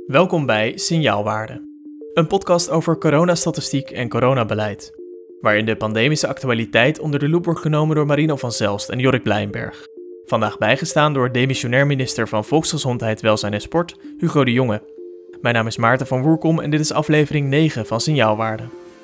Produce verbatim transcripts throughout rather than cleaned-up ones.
Welkom bij Signaalwaarde, een podcast over coronastatistiek en coronabeleid, waarin de pandemische actualiteit onder de loep wordt genomen door Marino van Zelst en Jorik Blijnberg. Vandaag bijgestaan door demissionair minister van Volksgezondheid, Welzijn en Sport, Hugo de Jonge. Mijn naam is Maarten van Woerkom en dit is aflevering negen van Signaalwaarde.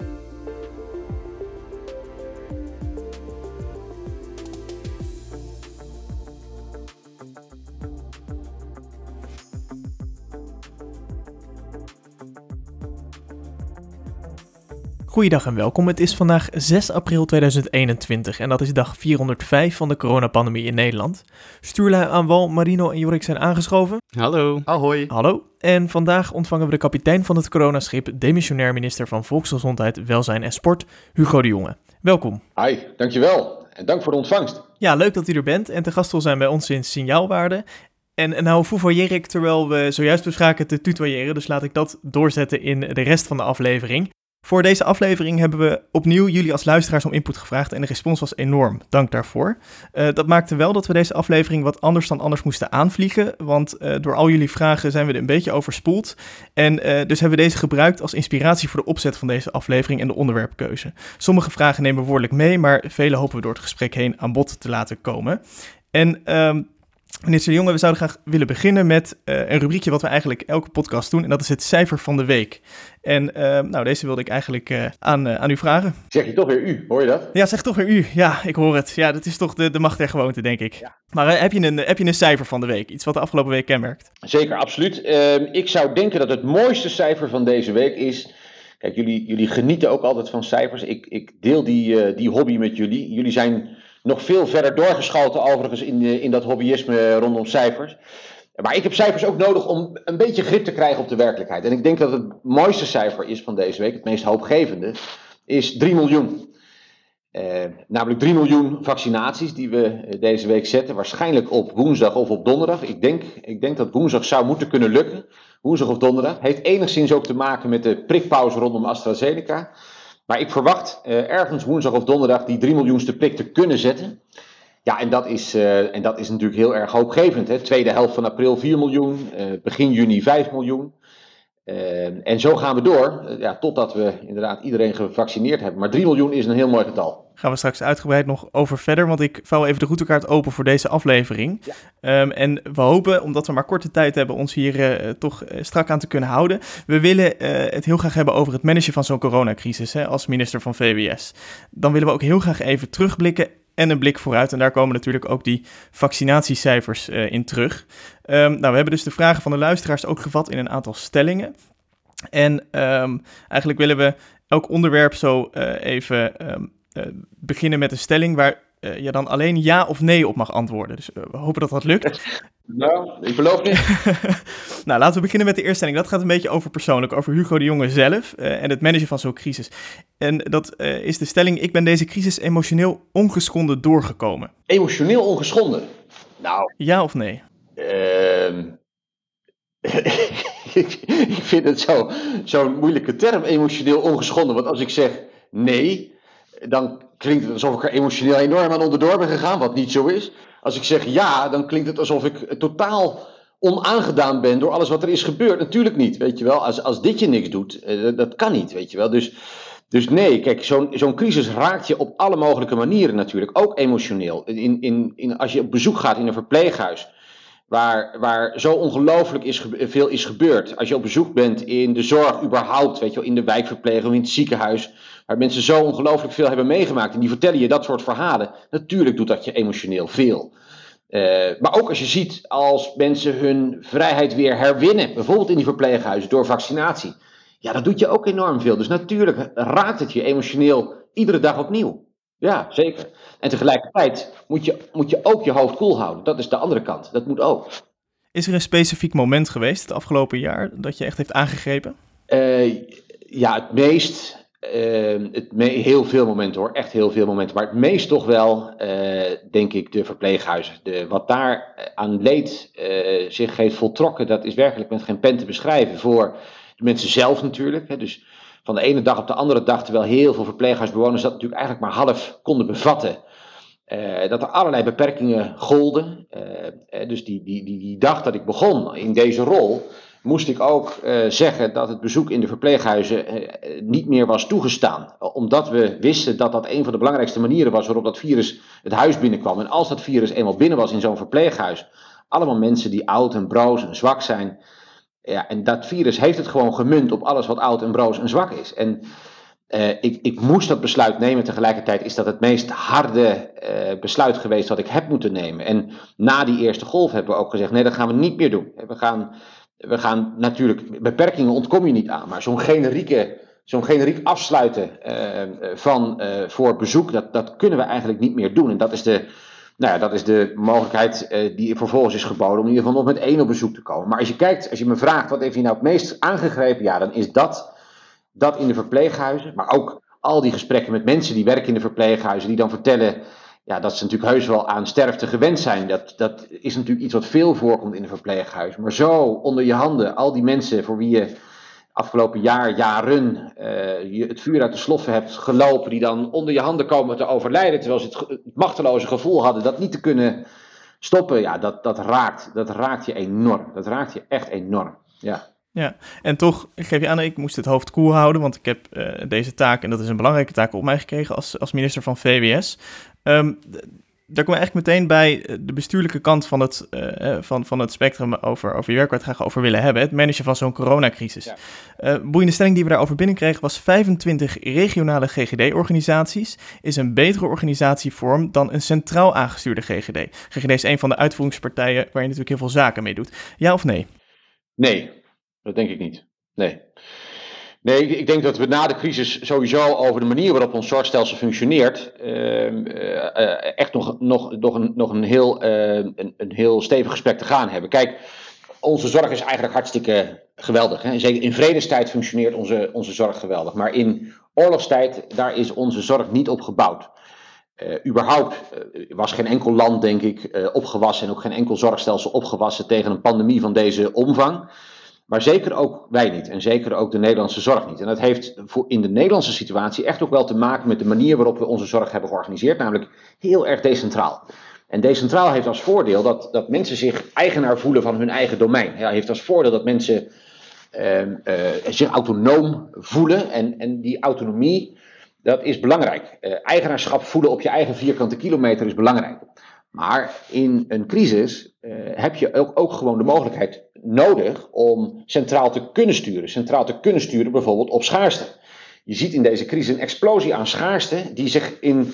Goeiedag en welkom. Het is vandaag zes april tweeduizend eenentwintig en dat is dag vierhonderdvijf van de coronapandemie in Nederland. Stuurlui aan wal, Marino en Jorik zijn aangeschoven. Hallo. Ahoy. Hallo. En vandaag ontvangen we de kapitein van het coronaschip, demissionair minister van Volksgezondheid, Welzijn en Sport, Hugo de Jonge. Welkom. Hi, dankjewel. En dank voor de ontvangst. Ja, leuk dat u er bent en te gast wil zijn bij ons in Signaalwaarde. En, en nou foevoyeer ik terwijl we zojuist bespraken te tutoyeren, dus laat ik dat doorzetten in de rest van de aflevering. Voor deze aflevering hebben we opnieuw jullie als luisteraars om input gevraagd en de respons was enorm. Dank daarvoor. Uh, dat maakte wel dat we deze aflevering wat anders dan anders moesten aanvliegen, want uh, door al jullie vragen zijn we er een beetje overspoeld. En uh, dus hebben we deze gebruikt als inspiratie voor de opzet van deze aflevering en de onderwerpkeuze. Sommige vragen nemen we woordelijk mee, maar vele hopen we door het gesprek heen aan bod te laten komen. En Um, Minister de Jonge, we zouden graag willen beginnen met uh, een rubriekje wat we eigenlijk elke podcast doen. En dat is het cijfer van de week. En uh, nou, deze wilde ik eigenlijk uh, aan, uh, aan u vragen. Zeg je toch weer u, hoor je dat? Ja, zeg toch weer u. Ja, ik hoor het. Ja, dat is toch de, de macht der gewoonte, denk ik. Ja. Maar uh, heb, je een, heb je een cijfer van de week? Iets wat de afgelopen week kenmerkt? Zeker, absoluut. Uh, ik zou denken dat het mooiste cijfer van deze week is... Kijk, jullie, jullie genieten ook altijd van cijfers. Ik, ik deel die, uh, die hobby met jullie. Jullie zijn nog veel verder doorgeschoten overigens in, uh, in dat hobbyisme rondom cijfers. Maar ik heb cijfers ook nodig om een beetje grip te krijgen op de werkelijkheid. En ik denk dat het mooiste cijfer is van deze week, het meest hoopgevende, is drie miljoen. Uh, namelijk drie miljoen vaccinaties die we uh, deze week zetten. Waarschijnlijk op woensdag of op donderdag. Ik denk, ik denk dat woensdag zou moeten kunnen lukken. Woensdag of donderdag. Heeft enigszins ook te maken met de prikpauze rondom AstraZeneca. Maar ik verwacht uh, ergens woensdag of donderdag die drie miljoenste prik te kunnen zetten. Ja, en dat is, uh, en dat is natuurlijk heel erg hoopgevend. Hè? Tweede helft van april vier miljoen. Uh, begin juni vijf miljoen. Uh, en zo gaan we door, uh, ja, totdat we inderdaad iedereen gevaccineerd hebben. Maar drie miljoen is een heel mooi getal. Gaan we straks uitgebreid nog over verder, want ik vouw even de routekaart open voor deze aflevering. Ja. Um, en we hopen, omdat we maar korte tijd hebben, ons hier uh, toch uh, strak aan te kunnen houden. We willen uh, het heel graag hebben over het managen van zo'n coronacrisis, hè, als minister van V W S. Dan willen we ook heel graag even terugblikken en een blik vooruit. En daar komen natuurlijk ook die vaccinatiecijfers uh, in terug. Um, nou, we hebben dus de vragen van de luisteraars ook gevat in een aantal stellingen. En um, eigenlijk willen we elk onderwerp zo uh, even um, uh, beginnen met een stelling waar uh, je dan alleen ja of nee op mag antwoorden. Dus uh, we hopen dat dat lukt. Nou, ik beloof niet. Nou, laten we beginnen met de eerste stelling. Dat gaat een beetje over persoonlijk, over Hugo de Jonge zelf uh, en het managen van zo'n crisis. En dat uh, is de stelling: ik ben deze crisis emotioneel ongeschonden doorgekomen. Emotioneel ongeschonden? Nou. Ja of nee? Uh, ik vind het zo, zo'n moeilijke term, emotioneel ongeschonden. Want als ik zeg nee, dan klinkt het alsof ik er emotioneel enorm aan onderdoor ben gegaan, wat niet zo is. Als ik zeg ja, dan klinkt het alsof ik totaal onaangedaan ben door alles wat er is gebeurd. Natuurlijk niet, weet je wel. Als, als dit je niks doet, uh, dat kan niet, weet je wel. Dus, dus nee, kijk, zo'n, zo'n crisis raakt je op alle mogelijke manieren natuurlijk. Ook emotioneel. In, in, in, als je op bezoek gaat in een verpleeghuis, Waar, waar zo ongelooflijk is, veel is gebeurd. Als je op bezoek bent in de zorg überhaupt, weet je wel, in de wijkverpleging of in het ziekenhuis, waar mensen zo ongelooflijk veel hebben meegemaakt en die vertellen je dat soort verhalen. Natuurlijk doet dat je emotioneel veel. Uh, maar ook als je ziet als mensen hun vrijheid weer herwinnen, bijvoorbeeld in die verpleeghuizen door vaccinatie. Ja, dat doet je ook enorm veel. Dus natuurlijk raakt het je emotioneel iedere dag opnieuw. Ja, zeker. En tegelijkertijd moet je, moet je ook je hoofd koel houden. Dat is de andere kant. Dat moet ook. Is er een specifiek moment geweest het afgelopen jaar dat je echt heeft aangegrepen? Uh, ja, het meest, uh, het me- heel veel momenten hoor. Echt heel veel momenten. Maar het meest toch wel, uh, denk ik, de verpleeghuizen. De, wat daar aan leed uh, zich heeft voltrokken, dat is werkelijk met geen pen te beschrijven. Voor de mensen zelf natuurlijk. Hè. Dus van de ene dag op de andere dag, terwijl heel veel verpleeghuisbewoners dat natuurlijk eigenlijk maar half konden bevatten. Uh, dat er allerlei beperkingen golden. Uh, uh, dus die, die, die, die dag dat ik begon in deze rol, moest ik ook uh, zeggen dat het bezoek in de verpleeghuizen uh, niet meer was toegestaan. Omdat we wisten dat dat een van de belangrijkste manieren was waarop dat virus het huis binnenkwam. En als dat virus eenmaal binnen was in zo'n verpleeghuis, allemaal mensen die oud en broos en zwak zijn. Ja, en dat virus heeft het gewoon gemunt op alles wat oud en broos en zwak is. En uh, ik, ik moest dat besluit nemen. Tegelijkertijd is dat het meest harde uh, besluit geweest wat ik heb moeten nemen. En na die eerste golf hebben we ook gezegd, nee, dat gaan we niet meer doen. We gaan, we gaan natuurlijk, beperkingen ontkom je niet aan, maar zo'n generieke, zo'n generiek afsluiten uh, van, uh, voor bezoek, dat, dat kunnen we eigenlijk niet meer doen. En dat is de... Nou ja, dat is de mogelijkheid uh, die vervolgens is geboden om in ieder geval nog met één op bezoek te komen. Maar als je kijkt, als je me vraagt wat heeft hij nou het meest aangegrepen, ja, dan is dat, dat in de verpleeghuizen. Maar ook al die gesprekken met mensen die werken in de verpleeghuizen, die dan vertellen ja, dat ze natuurlijk heus wel aan sterfte gewend zijn. Dat, dat is natuurlijk iets wat veel voorkomt in de verpleeghuizen. Maar zo onder je handen, al die mensen voor wie je afgelopen jaar, jaren, uh, je het vuur uit de sloffen hebt gelopen, die dan onder je handen komen te overlijden, terwijl ze het, ge- het machteloze gevoel hadden dat niet te kunnen stoppen. Ja, dat, dat, raakt, dat raakt je enorm. Dat raakt je echt enorm. Ja. Ja, en toch geef je aan, ik moest het hoofd koel houden, want ik heb uh, deze taak, en dat is een belangrijke taak, op mij gekregen als, als minister van V W S. Um, Daar komen we eigenlijk meteen bij de bestuurlijke kant van het, uh, van, van het spectrum over, over je werk waar we het graag over willen hebben. Het managen van zo'n coronacrisis. Ja. Uh, boeiende stelling die we daarover binnenkregen was vijfentwintig regionale G G D-organisaties is een betere organisatievorm dan een centraal aangestuurde G G D. G G D is een van de uitvoeringspartijen waar je natuurlijk heel veel zaken mee doet. Ja of nee? Nee, dat denk ik niet. Nee. Nee, ik denk dat we na de crisis sowieso over de manier waarop ons zorgstelsel functioneert uh, uh, echt nog, nog, nog, een, nog een, heel, uh, een, een heel stevig gesprek te gaan hebben. Kijk, onze zorg is eigenlijk hartstikke geweldig. Hè? Zeker in vredestijd functioneert onze, onze zorg geweldig. Maar in oorlogstijd, daar is onze zorg niet op gebouwd. Uh, überhaupt uh, was geen enkel land, denk ik, uh, opgewassen en ook geen enkel zorgstelsel opgewassen tegen een pandemie van deze omvang. Maar zeker ook wij niet en zeker ook de Nederlandse zorg niet. En dat heeft voor in de Nederlandse situatie echt ook wel te maken met de manier waarop we onze zorg hebben georganiseerd, namelijk heel erg decentraal. En decentraal heeft als voordeel dat, dat mensen zich eigenaar voelen van hun eigen domein. Ja, heeft als voordeel dat mensen uh, uh, zich autonoom voelen en, en die autonomie, dat is belangrijk. Uh, eigenaarschap voelen op je eigen vierkante kilometer is belangrijk. Maar in een crisis uh, heb je ook, ook gewoon de mogelijkheid nodig om centraal te kunnen sturen. Centraal te kunnen sturen bijvoorbeeld op schaarste. Je ziet in deze crisis een explosie aan schaarste die zich in,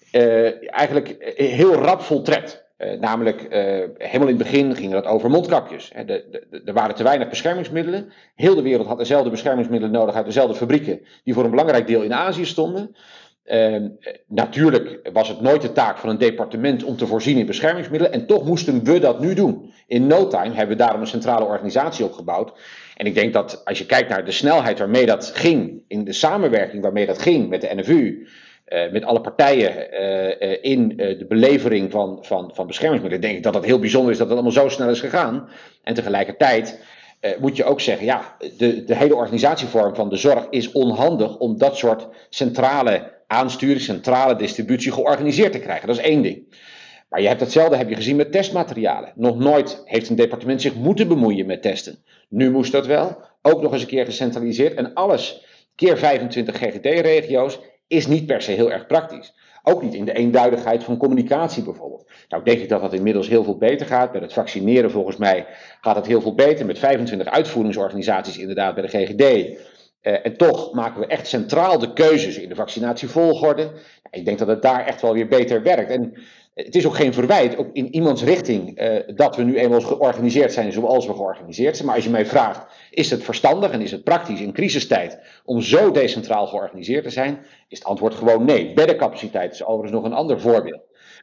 uh, eigenlijk heel rap voltrekt. Uh, namelijk, uh, helemaal in het begin ging het over mondkapjes. Er de, de, de waren te weinig beschermingsmiddelen. Heel de wereld had dezelfde beschermingsmiddelen nodig uit dezelfde fabrieken die voor een belangrijk deel in Azië stonden. Uh, natuurlijk was het nooit de taak van een departement om te voorzien in beschermingsmiddelen en toch moesten we dat nu doen. In no time hebben we daarom een centrale organisatie opgebouwd. En ik denk dat als je kijkt naar de snelheid waarmee dat ging, in de samenwerking waarmee dat ging met de N F U, uh, met alle partijen uh, uh, in uh, de belevering van, van, van beschermingsmiddelen, denk ik dat dat heel bijzonder is dat het allemaal zo snel is gegaan. En tegelijkertijd uh, moet je ook zeggen, ja, de, de hele organisatievorm van de zorg is onhandig om dat soort centrale aansturing, centrale distributie georganiseerd te krijgen. Dat is één ding. Maar je hebt hetzelfde heb je gezien met testmaterialen. Nog nooit heeft een departement zich moeten bemoeien met testen. Nu moest dat wel. Ook nog eens een keer gecentraliseerd. En alles keer vijfentwintig G G D-regio's is niet per se heel erg praktisch. Ook niet in de eenduidigheid van communicatie bijvoorbeeld. Nou denk ik dat dat inmiddels heel veel beter gaat. Met het vaccineren volgens mij gaat het heel veel beter. Met vijfentwintig uitvoeringsorganisaties inderdaad bij de G G D. Uh, en toch maken we echt centraal de keuzes in de vaccinatievolgorde. Ja, ik denk dat het daar echt wel weer beter werkt. En het is ook geen verwijt, ook in iemands richting, uh, dat we nu eenmaal georganiseerd zijn zoals we georganiseerd zijn. Maar als je mij vraagt, is het verstandig en is het praktisch in crisistijd om zo decentraal georganiseerd te zijn? Is het antwoord gewoon nee. Beddencapaciteit is overigens nog een ander voorbeeld.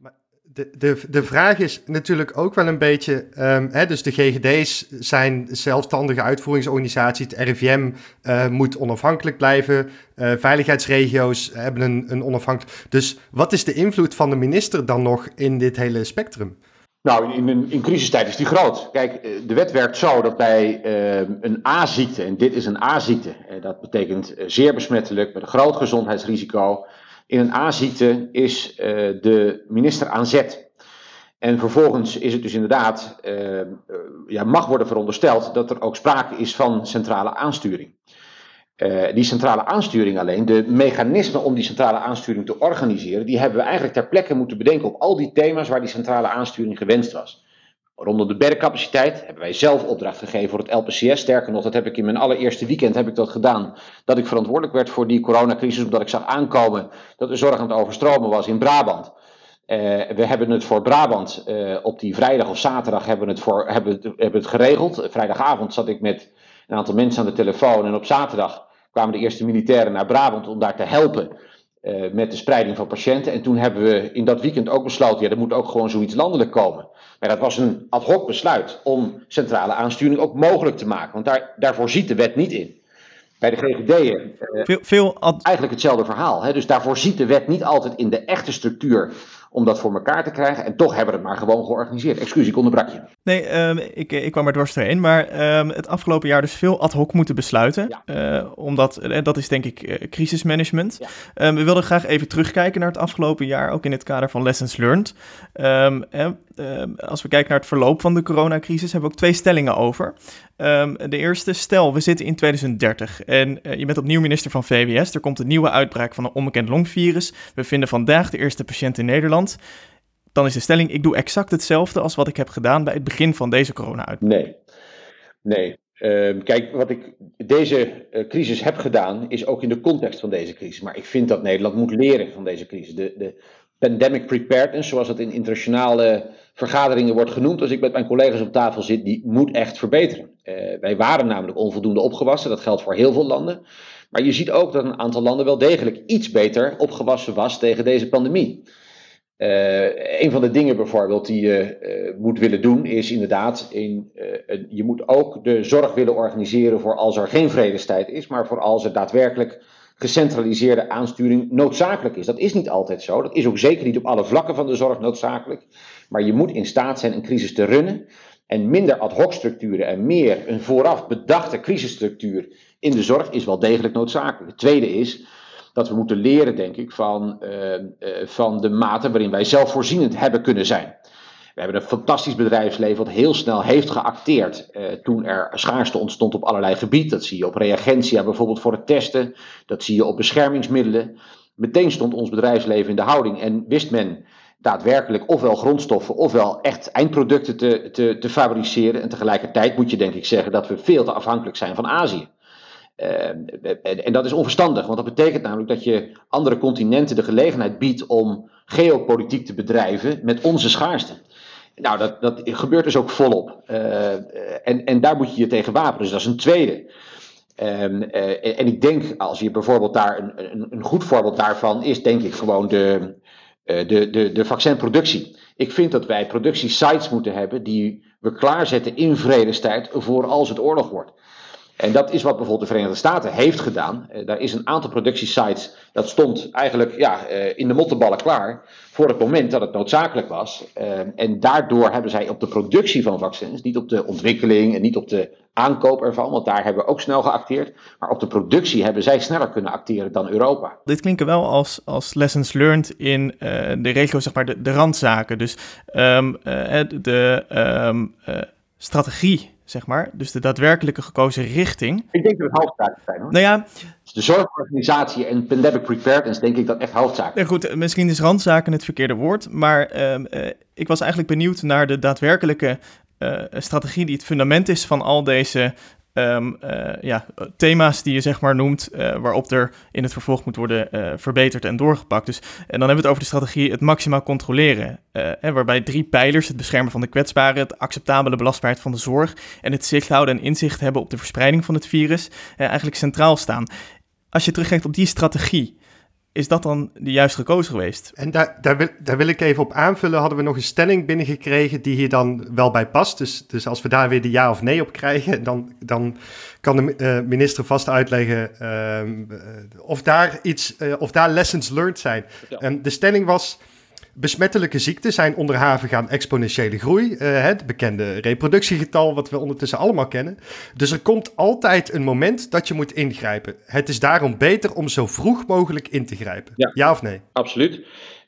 De, de, de vraag is natuurlijk ook wel een beetje, um, hè, dus de G G D's zijn zelfstandige uitvoeringsorganisaties, het R I V M uh, moet onafhankelijk blijven, uh, veiligheidsregio's hebben een, een onafhankelijk. Dus wat is de invloed van de minister dan nog in dit hele spectrum? Nou, in, in, in crisistijd is die groot. Kijk, de wet werkt zo dat bij uh, een A-ziekte, en dit is een A-ziekte, uh, dat betekent uh, zeer besmettelijk met een groot gezondheidsrisico. In een A-ziekte is uh, de minister aan zet. En vervolgens is het dus inderdaad, uh, uh, ja, mag worden verondersteld dat er ook sprake is van centrale aansturing. Uh, die centrale aansturing alleen, de mechanismen om die centrale aansturing te organiseren, die hebben we eigenlijk ter plekke moeten bedenken op al die thema's waar die centrale aansturing gewenst was. Rondom de beddencapaciteit hebben wij zelf opdracht gegeven voor het L P C S. Sterker nog, dat heb ik in mijn allereerste weekend heb ik dat gedaan. Dat ik verantwoordelijk werd voor die coronacrisis, omdat ik zag aankomen dat de zorg aan het overstromen was in Brabant. Uh, we hebben het voor Brabant uh, op die vrijdag of zaterdag hebben we het, voor, hebben het, hebben het geregeld. Vrijdagavond zat ik met een aantal mensen aan de telefoon en op zaterdag kwamen de eerste militairen naar Brabant om daar te helpen uh, met de spreiding van patiënten. En toen hebben we in dat weekend ook besloten, ja, er moet ook gewoon zoiets landelijk komen. Maar dat was een ad hoc besluit om centrale aansturing ook mogelijk te maken, want daar, daarvoor ziet de wet niet in. Bij de G G D'en uh, veel, veel ad- eigenlijk hetzelfde verhaal. Hè? Dus daarvoor ziet de wet niet altijd in de echte structuur om dat voor elkaar te krijgen. En toch hebben we het maar gewoon georganiseerd. Excuus, ik onderbrak je. Nee, um, ik, ik kwam er dwars doorheen. Maar um, het afgelopen jaar dus veel ad hoc moeten besluiten. Ja. Uh, omdat, uh, dat is denk ik uh, crisismanagement. Ja. Um, we wilden graag even terugkijken naar het afgelopen jaar. Ook in het kader van lessons learned. Um, uh, uh, als we kijken naar het verloop van de coronacrisis, hebben we ook twee stellingen over. Um, de eerste, stel we zitten in tweeduizend dertig en uh, je bent opnieuw minister van V W S. Er komt een nieuwe uitbraak van een onbekend longvirus. We vinden vandaag de eerste patiënt in Nederland. Dan is de stelling, ik doe exact hetzelfde als wat ik heb gedaan bij het begin van deze corona-uitbraak. Nee, nee. Uh, kijk, wat ik deze uh, crisis heb gedaan, is ook in de context van deze crisis. Maar ik vind dat Nederland moet leren van deze crisis. De, de pandemic preparedness, zoals het in internationale vergaderingen wordt genoemd, als ik met mijn collega's op tafel zit, die moet echt verbeteren. Uh, wij waren namelijk onvoldoende opgewassen, dat geldt voor heel veel landen. Maar je ziet ook dat een aantal landen wel degelijk iets beter opgewassen was tegen deze pandemie. Uh, een van de dingen bijvoorbeeld die je uh, moet willen doen is inderdaad, in, uh, je moet ook de zorg willen organiseren voor als er geen vredestijd is, maar voor als er daadwerkelijk gecentraliseerde aansturing noodzakelijk is. Dat is niet altijd zo, dat is ook zeker niet op alle vlakken van de zorg noodzakelijk, maar je moet in staat zijn een crisis te runnen en minder ad hoc structuren en meer een vooraf bedachte crisisstructuur in de zorg is wel degelijk noodzakelijk. Het tweede is dat we moeten leren, denk ik, van, uh, uh, van de mate waarin wij zelfvoorzienend hebben kunnen zijn. We hebben een fantastisch bedrijfsleven wat heel snel heeft geacteerd uh, toen er schaarste ontstond op allerlei gebieden. Dat zie je op reagentia bijvoorbeeld voor het testen, dat zie je op beschermingsmiddelen. Meteen stond ons bedrijfsleven in de houding en wist men daadwerkelijk ofwel grondstoffen ofwel echt eindproducten te, te, te fabriceren. En tegelijkertijd moet je denk ik zeggen dat we veel te afhankelijk zijn van Azië. Uh, en, en dat is onverstandig, want dat betekent namelijk dat je andere continenten de gelegenheid biedt om geopolitiek te bedrijven met onze schaarste. Nou, dat, dat gebeurt dus ook volop. Uh, en, en daar moet je je tegen wapenen, dus dat is een tweede. Um, uh, en ik denk, als je bijvoorbeeld daar, een, een, een goed voorbeeld daarvan is, denk ik gewoon de, uh, de, de, de vaccinproductie. Ik vind dat wij productiesites moeten hebben die we klaarzetten in vredestijd voor als het oorlog wordt. En dat is wat bijvoorbeeld de Verenigde Staten heeft gedaan. Uh, daar is een aantal productiesites, dat stond eigenlijk ja, uh, in de mottenballen klaar voor het moment dat het noodzakelijk was. Uh, en daardoor hebben zij op de productie van vaccins, niet op de ontwikkeling en niet op de aankoop ervan, want daar hebben we ook snel geacteerd. Maar op de productie hebben zij sneller kunnen acteren dan Europa. Dit klinkt wel als, als lessons learned in uh, de regio, zeg maar, de, de randzaken. Dus um, uh, de um, uh, strategie, zeg maar, dus de daadwerkelijke gekozen richting. Ik denk dat het hoofdzaken zijn, hoor. Nou ja, de zorgorganisatie en pandemic preparedness, denk ik dat echt hoofdzaken. Ja, goed, misschien is randzaken het verkeerde woord, maar um, uh, ik was eigenlijk benieuwd naar de daadwerkelijke uh, strategie die het fundament is van al deze um, uh, ja, thema's die je zeg maar noemt, uh, waarop er in het vervolg moet worden uh, verbeterd en doorgepakt. Dus, en dan hebben we het over de strategie het maximaal controleren, uh, hè, waarbij drie pijlers, het beschermen van de kwetsbaren, het acceptabele belastbaarheid van de zorg en het zicht houden en inzicht hebben op de verspreiding van het virus, uh, eigenlijk centraal staan. Als je terugkijkt op die strategie, is dat dan de juist gekozen geweest? En daar, daar, wil, daar wil ik even op aanvullen. Hadden we nog een stelling binnengekregen die hier dan wel bij past. Dus, dus als we daar weer de ja of nee op krijgen, dan, dan kan de uh, minister vast uitleggen uh, of daar iets, uh, of daar lessons learned zijn. Ja. Um, de stelling was: besmettelijke ziekten zijn onderhevig aan exponentiële groei. Uh, het bekende reproductiegetal, wat we ondertussen allemaal kennen. Dus er komt altijd een moment dat je moet ingrijpen. Het is daarom beter om zo vroeg mogelijk in te grijpen. Ja, ja of nee? Absoluut.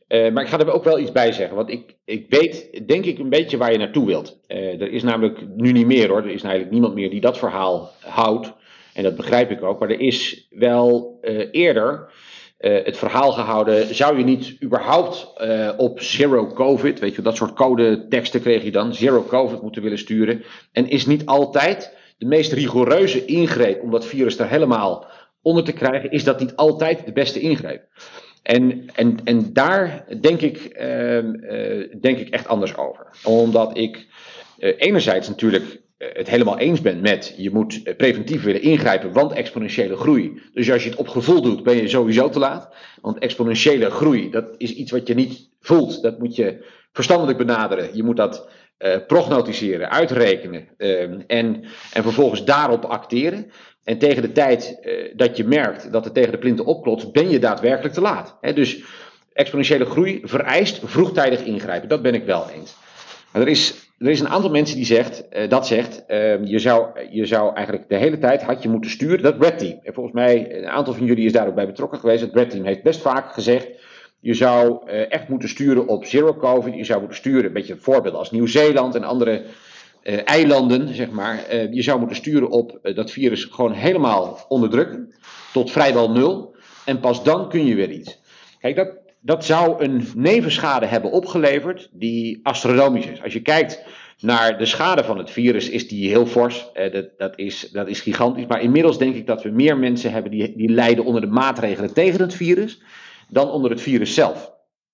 Uh, maar ik ga er ook wel iets bij zeggen, want ik, ik weet, denk ik, een beetje waar je naartoe wilt. Uh, er is namelijk nu niet meer hoor, er is eigenlijk niemand meer die dat verhaal houdt. En dat begrijp ik ook, maar er is wel uh, eerder uh, het verhaal gehouden, zou je niet überhaupt uh, op zero covid, weet je, dat soort code teksten kreeg je dan, zero covid moeten willen sturen. En is niet altijd de meest rigoureuze ingreep om dat virus er helemaal onder te krijgen, is dat niet altijd de beste ingreep. En, en, en daar denk ik, uh, uh, denk ik echt anders over. Omdat ik uh, enerzijds natuurlijk uh, het helemaal eens ben met je moet uh, preventief willen ingrijpen, want exponentiële groei. Dus als je het op gevoel doet, ben je sowieso te laat. Want exponentiële groei, dat is iets wat je niet voelt. Dat moet je verstandelijk benaderen. Je moet dat uh, prognosticeren, uitrekenen uh, en, en vervolgens daarop acteren. En tegen de tijd uh, dat je merkt dat het tegen de plinten opklotst, ben je daadwerkelijk te laat. He, dus exponentiële groei vereist vroegtijdig ingrijpen. Dat ben ik wel eens. Maar er is, er is een aantal mensen die zegt, uh, dat zegt, uh, je, zou, je zou eigenlijk de hele tijd had je moeten sturen, dat Red Team. En volgens mij, een aantal van jullie is daar ook bij betrokken geweest. Het Red Team heeft best vaak gezegd, je zou uh, echt moeten sturen op zero covid. Je zou moeten sturen, een beetje voorbeelden als Nieuw-Zeeland en andere Uh, eilanden, zeg maar. Uh, je zou moeten sturen op uh, dat virus gewoon helemaal onderdrukken. Tot vrijwel nul. En pas dan kun je weer iets. Kijk, dat, dat zou een nevenschade hebben opgeleverd die astronomisch is. Als je kijkt naar de schade van het virus, is die heel fors. Uh, dat, dat, is, dat is gigantisch. Maar inmiddels denk ik dat we meer mensen hebben die, die lijden onder de maatregelen tegen het virus dan onder het virus zelf.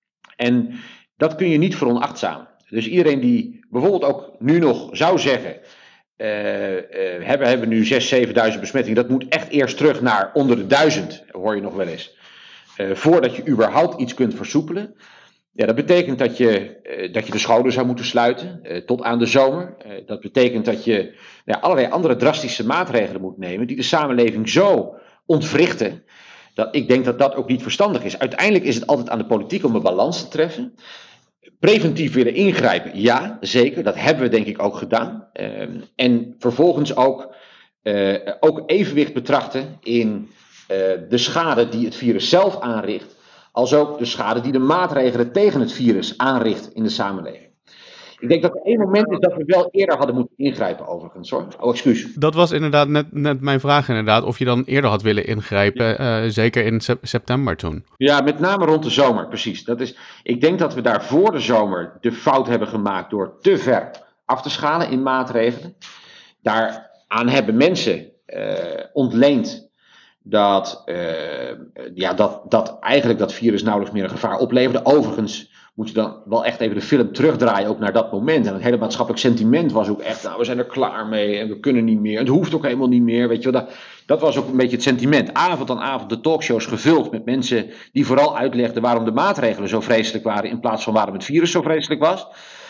En dat kun je niet veronachtzamen. Dus iedereen die bijvoorbeeld ook nu nog zou zeggen, uh, uh, hebben, hebben nu zes, zevenduizend besmettingen, dat moet echt eerst terug naar onder de duizend, hoor je nog wel eens, uh, voordat je überhaupt iets kunt versoepelen. Ja, dat betekent dat je, uh, dat je de scholen zou moeten sluiten, uh, tot aan de zomer. Uh, dat betekent dat je ja, allerlei andere drastische maatregelen moet nemen, die de samenleving zo ontwrichten, dat ik denk dat dat ook niet verstandig is. Uiteindelijk is het altijd aan de politiek om een balans te treffen. Preventief willen ingrijpen, ja, zeker. Dat hebben we denk ik ook gedaan. Uh, en vervolgens ook, uh, ook evenwicht betrachten in uh, de schade die het virus zelf aanricht, als ook de schade die de maatregelen tegen het virus aanricht in de samenleving. Ik denk dat er één moment is dat we wel eerder hadden moeten ingrijpen overigens hoor. Oh, excuus. Dat was inderdaad net, net mijn vraag inderdaad, of je dan eerder had willen ingrijpen, uh, zeker in sep- september toen. Ja, met name rond de zomer, precies. Dat is, ik denk dat we daar voor de zomer de fout hebben gemaakt door te ver af te schalen in maatregelen. Daaraan hebben mensen uh, ontleend dat, uh, ja, dat, dat eigenlijk dat virus nauwelijks meer een gevaar opleverde. Overigens moet je dan wel echt even de film terugdraaien ook naar dat moment. En het hele maatschappelijk sentiment was ook echt, nou we zijn er klaar mee en we kunnen niet meer. Het hoeft ook helemaal niet meer, weet je wel. Dat, dat was ook een beetje het sentiment. Avond aan avond de talkshows gevuld met mensen die vooral uitlegden waarom de maatregelen zo vreselijk waren in plaats van waarom het virus zo vreselijk was.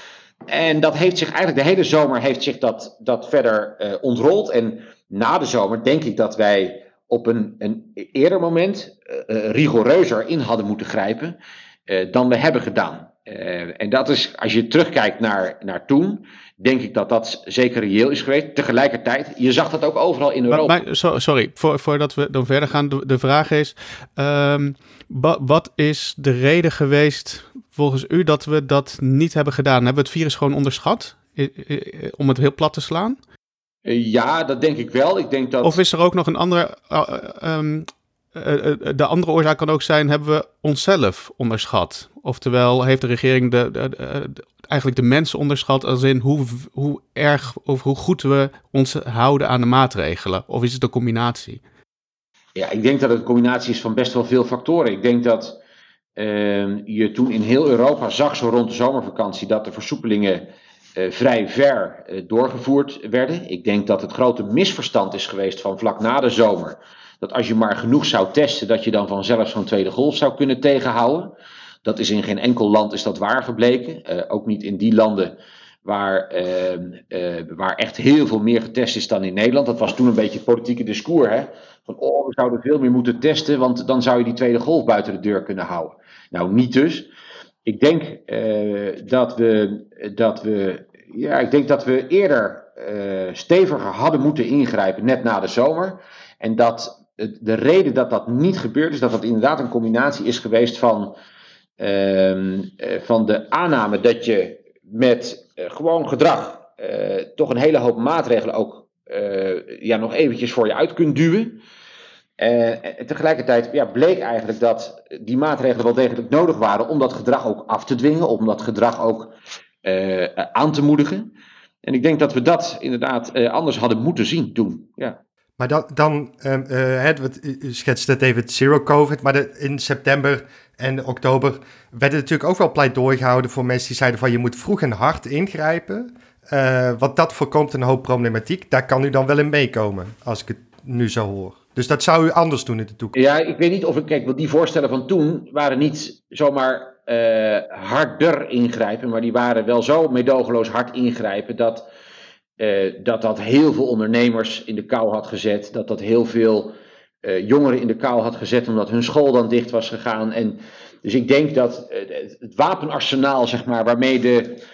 En dat heeft zich eigenlijk, de hele zomer heeft zich dat, dat verder uh, ontrold. En na de zomer denk ik dat wij op een, een eerder moment uh, rigoureuzer in hadden moeten grijpen uh, dan we hebben gedaan. Uh, en dat is, als je terugkijkt naar, naar toen, denk ik dat dat zeker reëel is geweest. Tegelijkertijd, je zag dat ook overal in Europa. Maar, maar, so, sorry, voor, voordat we dan verder gaan, de, de vraag is, um, ba, wat is de reden geweest volgens u dat we dat niet hebben gedaan? Hebben we het virus gewoon onderschat, I, I, om het heel plat te slaan? Uh, ja, dat denk ik wel. Ik denk dat... Of is er ook nog een andere... Uh, um, uh, uh, de andere oorzaak kan ook zijn, hebben we onszelf onderschat? Oftewel, heeft de regering de, de, de, de, eigenlijk de mensen onderschat als in hoe, hoe erg of hoe goed we ons houden aan de maatregelen? Of is het een combinatie? Ja, ik denk dat het een combinatie is van best wel veel factoren. Ik denk dat uh, je toen in heel Europa zag, zo rond de zomervakantie, dat de versoepelingen Uh, vrij ver uh, doorgevoerd werden. Ik denk dat het grote misverstand is geweest van vlak na de zomer, dat als je maar genoeg zou testen, dat je dan vanzelf zo'n tweede golf zou kunnen tegenhouden. Dat is in geen enkel land is dat waar gebleken. Uh, ook niet in die landen waar, uh, uh, waar echt heel veel meer getest is dan in Nederland. Dat was toen een beetje het politieke discours. Hè? Van oh, we zouden veel meer moeten testen, want dan zou je die tweede golf buiten de deur kunnen houden. Nou, niet dus. Ik denk, uh, dat we, dat we, ja, ik denk dat we eerder uh, steviger hadden moeten ingrijpen, net na de zomer. En dat de reden dat dat niet gebeurd is, dat dat inderdaad een combinatie is geweest van uh, van de aanname dat je met uh, gewoon gedrag uh, toch een hele hoop maatregelen ook uh, ja, nog eventjes voor je uit kunt duwen. Uh, en tegelijkertijd ja, bleek eigenlijk dat die maatregelen wel degelijk nodig waren om dat gedrag ook af te dwingen, om dat gedrag ook uh, aan te moedigen. En ik denk dat we dat inderdaad uh, anders hadden moeten zien toen. Ja. Maar dan, dan um, uh, het, u schetst het even het zero covid, maar de, in september en oktober werd natuurlijk ook wel pleidooi gehouden voor mensen die zeiden van je moet vroeg en hard ingrijpen, uh, want dat voorkomt een hoop problematiek. Daar kan u dan wel in meekomen, als ik het nu zo hoor. Dus dat zou u anders doen in de toekomst? Ja, ik weet niet of ik... Kijk, want die voorstellen van toen waren niet zomaar uh, harder ingrijpen, maar die waren wel zo meedogenloos hard ingrijpen dat, uh, dat dat heel veel ondernemers in de kou had gezet. Dat dat heel veel uh, jongeren in de kou had gezet omdat hun school dan dicht was gegaan. En dus ik denk dat uh, het wapenarsenaal, zeg maar, waarmee de,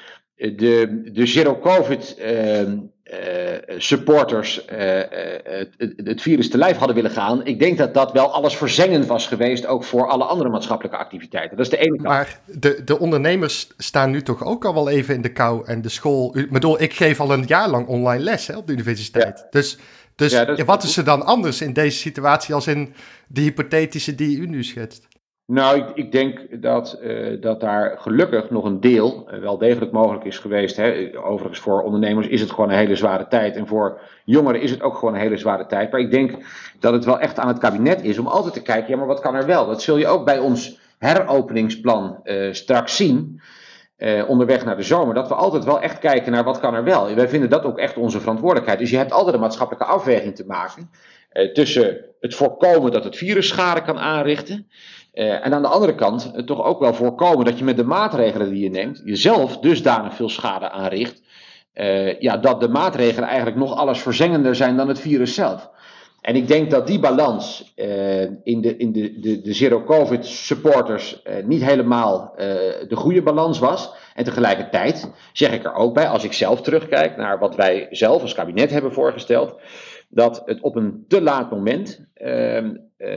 de, de zero-covid uh, Uh, supporters uh, uh, het, het virus te lijf hadden willen gaan. Ik denk dat dat wel alles verzengend was geweest, ook voor alle andere maatschappelijke activiteiten. Dat is de ene kant. Maar de, de ondernemers staan nu toch ook al wel even in de kou en de school. Ik bedoel, ik geef al een jaar lang online les hè, op de universiteit. Ja. Dus, dus ja, is wat is er dan anders in deze situatie als in de hypothetische die u nu schetst? Nou, ik, ik denk dat, uh, dat daar gelukkig nog een deel uh, wel degelijk mogelijk is geweest. Hè. Overigens voor ondernemers is het gewoon een hele zware tijd. En voor jongeren is het ook gewoon een hele zware tijd. Maar ik denk dat het wel echt aan het kabinet is om altijd te kijken, ja, maar wat kan er wel? Dat zul je ook bij ons heropeningsplan uh, straks zien. Uh, onderweg naar de zomer, dat we altijd wel echt kijken naar wat kan er wel. En wij vinden dat ook echt onze verantwoordelijkheid. Dus je hebt altijd een maatschappelijke afweging te maken uh, tussen het voorkomen dat het virus schade kan aanrichten. Uh, en aan de andere kant uh, toch ook wel voorkomen dat je met de maatregelen die je neemt, jezelf dusdanig veel schade aanricht, uh, ja, dat de maatregelen eigenlijk nog alles verzengender zijn dan het virus zelf. En ik denk dat die balans uh, in de, in de, de, de zero-covid supporters uh, niet helemaal uh, de goede balans was. En tegelijkertijd zeg ik er ook bij, als ik zelf terugkijk naar wat wij zelf als kabinet hebben voorgesteld, dat het op een te laat moment uh, uh,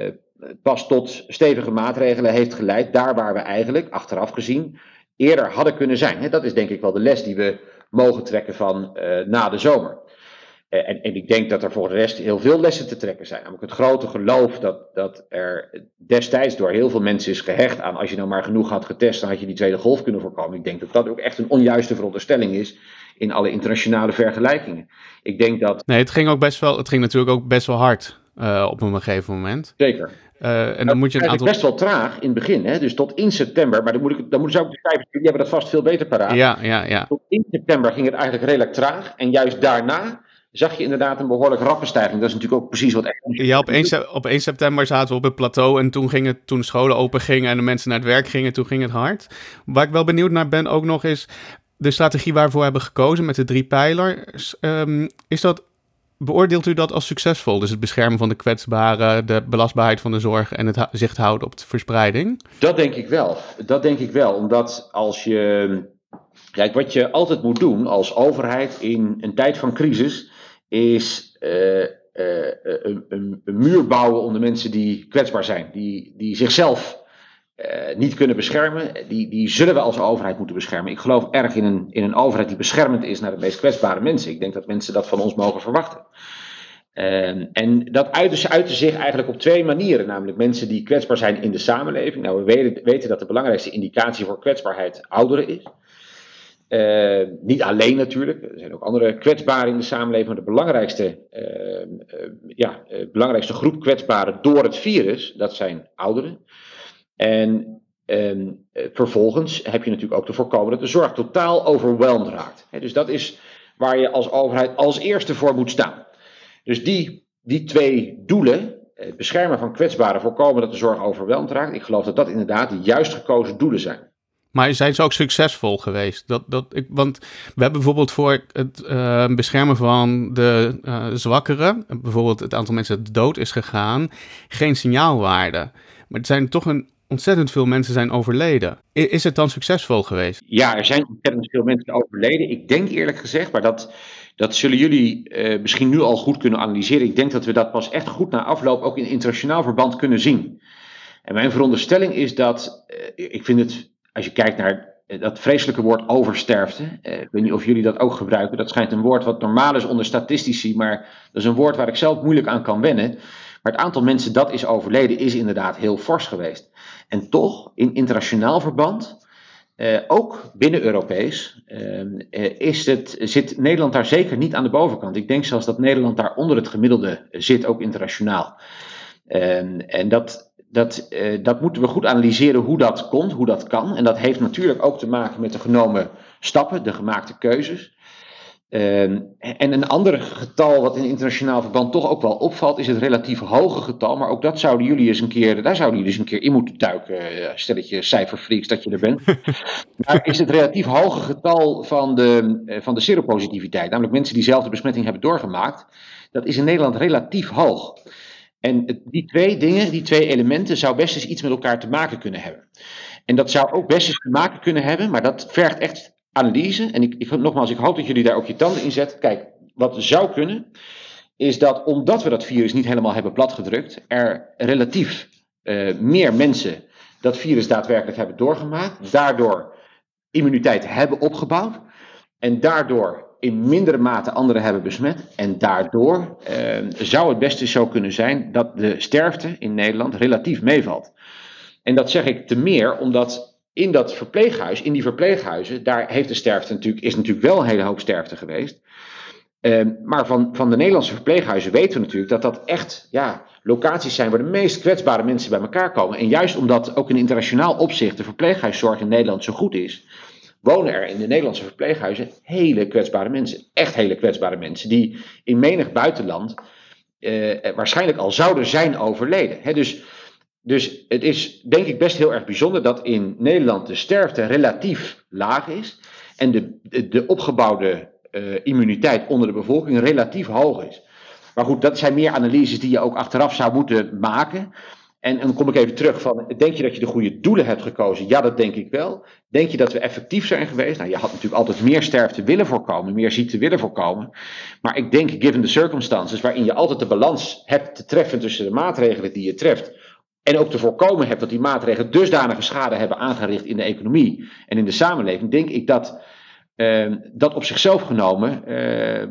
pas tot stevige maatregelen heeft geleid, daar waar we eigenlijk, achteraf gezien, eerder hadden kunnen zijn. He, dat is denk ik wel de les die we mogen trekken van uh, na de zomer. Uh, en, en ik denk dat er voor de rest heel veel lessen te trekken zijn. Namelijk het grote geloof dat, dat er destijds door heel veel mensen is gehecht aan, als je nou maar genoeg had getest, dan had je die tweede golf kunnen voorkomen. Ik denk dat dat ook echt een onjuiste veronderstelling is in alle internationale vergelijkingen. Ik denk dat... Nee, het ging ook best wel, het ging natuurlijk ook best wel hard uh, op een gegeven moment. Zeker. Uh, en dan moet je een aantal... best wel traag in het begin, hè? Dus tot in september, maar dan moet ik, dan moet ik ook de cijfers, jullie hebben dat vast veel beter paraat. Ja, ja, ja. Tot in september ging het eigenlijk redelijk traag en juist daarna zag je inderdaad een behoorlijk rappenstijging. Dat is natuurlijk ook precies wat echt... Ja, op één, op één september zaten we op het plateau en toen, ging het, toen scholen open gingen en de mensen naar het werk gingen, toen ging het hard. Waar ik wel benieuwd naar ben ook nog is de strategie waarvoor we hebben gekozen met de drie pijlers. Um, is dat... Beoordeelt u dat als succesvol? Dus het beschermen van de kwetsbaren, de belastbaarheid van de zorg en het ha- zicht houden op de verspreiding? Dat denk ik wel. Dat denk ik wel. Omdat als je... Kijk, wat je altijd moet doen als overheid in een tijd van crisis is uh, uh, een, een, een muur bouwen om de mensen die kwetsbaar zijn. Die, die zichzelf uh, niet kunnen beschermen. Die, die zullen we als overheid moeten beschermen. Ik geloof erg in een, in een overheid die beschermend is naar de meest kwetsbare mensen. Ik denk dat mensen dat van ons mogen verwachten. Uh, en dat uitte, uitte zich eigenlijk op twee manieren. Namelijk mensen die kwetsbaar zijn in de samenleving. Nou, we weten, weten dat de belangrijkste indicatie voor kwetsbaarheid ouderen is. Uh, niet alleen natuurlijk, er zijn ook andere kwetsbaren in de samenleving, maar de belangrijkste, uh, uh, ja, uh, belangrijkste groep kwetsbaren door het virus, dat zijn ouderen. En uh, uh, vervolgens heb je natuurlijk ook te voorkomen dat de zorg totaal overweldigd raakt. He, dus dat is waar je als overheid als eerste voor moet staan. Dus die, die twee doelen, het beschermen van kwetsbaren, voorkomen dat de zorg overweldigd raakt, ik geloof dat dat inderdaad de juist gekozen doelen zijn. Maar zijn ze ook succesvol geweest? Dat, dat, ik, want we hebben bijvoorbeeld voor het uh, beschermen van de uh, zwakkeren, bijvoorbeeld het aantal mensen dat dood is gegaan, geen signaalwaarde. Maar er zijn toch een ontzettend veel mensen zijn overleden. I, is het dan succesvol geweest? Ja, er zijn ontzettend veel mensen overleden. Ik denk eerlijk gezegd, maar dat, dat zullen jullie uh, misschien nu al goed kunnen analyseren. Ik denk dat we dat pas echt goed na afloop ook in internationaal verband kunnen zien. En mijn veronderstelling is dat, uh, ik vind het, als je kijkt naar dat vreselijke woord oversterfte. Uh, ik weet niet of jullie dat ook gebruiken. Dat schijnt een woord wat normaal is onder statistici, maar dat is een woord waar ik zelf moeilijk aan kan wennen. Maar het aantal mensen dat is overleden is inderdaad heel fors geweest. En toch, in internationaal verband, uh, ook binnen Europees, uh, uh, is het, zit Nederland daar zeker niet aan de bovenkant. Ik denk zelfs dat Nederland daar onder het gemiddelde zit, ook internationaal. Uh, en dat... Dat, uh, dat moeten we goed analyseren hoe dat komt, hoe dat kan. En dat heeft natuurlijk ook te maken met de genomen stappen, de gemaakte keuzes. Uh, en een ander getal wat in internationaal verband toch ook wel opvalt, is het relatief hoge getal. Maar ook dat zouden jullie eens een keer, daar zouden jullie eens een keer in moeten duiken. Uh, stelletje cijferfreaks dat je er bent. Maar is het relatief hoge getal van de, uh, van de seropositiviteit, namelijk mensen die zelf de besmetting hebben doorgemaakt, dat is in Nederland relatief hoog. En die twee dingen, die twee elementen, zou best eens iets met elkaar te maken kunnen hebben. En dat zou ook best eens te maken kunnen hebben, maar dat vergt echt analyse. En ik, ik, nogmaals, ik hoop dat jullie daar ook je tanden in zetten. Kijk, wat zou kunnen, is dat omdat we dat virus niet helemaal hebben platgedrukt, er relatief uh, meer mensen dat virus daadwerkelijk hebben doorgemaakt, daardoor immuniteit hebben opgebouwd en daardoor in mindere mate anderen hebben besmet. En daardoor eh, zou het best eens zo kunnen zijn dat de sterfte in Nederland relatief meevalt. En dat zeg ik te meer omdat in dat verpleeghuis, in die verpleeghuizen, daar heeft de sterfte natuurlijk, is natuurlijk wel een hele hoop sterfte geweest. Uh, maar van, van de Nederlandse verpleeghuizen weten we natuurlijk dat dat echt ja, locaties zijn waar de meest kwetsbare mensen bij elkaar komen. En juist omdat ook in internationaal opzicht de verpleeghuiszorg in Nederland zo goed is, wonen er in de Nederlandse verpleeghuizen hele kwetsbare mensen. Echt hele kwetsbare mensen die in menig buitenland uh, waarschijnlijk al zouden zijn overleden. He, dus, dus het is denk ik best heel erg bijzonder dat in Nederland de sterfte relatief laag is en de, de, de opgebouwde uh, immuniteit onder de bevolking relatief hoog is. Maar goed, dat zijn meer analyses die je ook achteraf zou moeten maken. En dan kom ik even terug van, denk je dat je de goede doelen hebt gekozen? Ja, dat denk ik wel. Denk je dat we effectief zijn geweest? Nou, je had natuurlijk altijd meer sterfte willen voorkomen, meer ziekte willen voorkomen. Maar ik denk, given the circumstances, waarin je altijd de balans hebt te treffen tussen de maatregelen die je treft, en ook te voorkomen hebt dat die maatregelen dusdanige schade hebben aangericht in de economie en in de samenleving, denk ik dat uh, dat op zichzelf genomen uh, uh,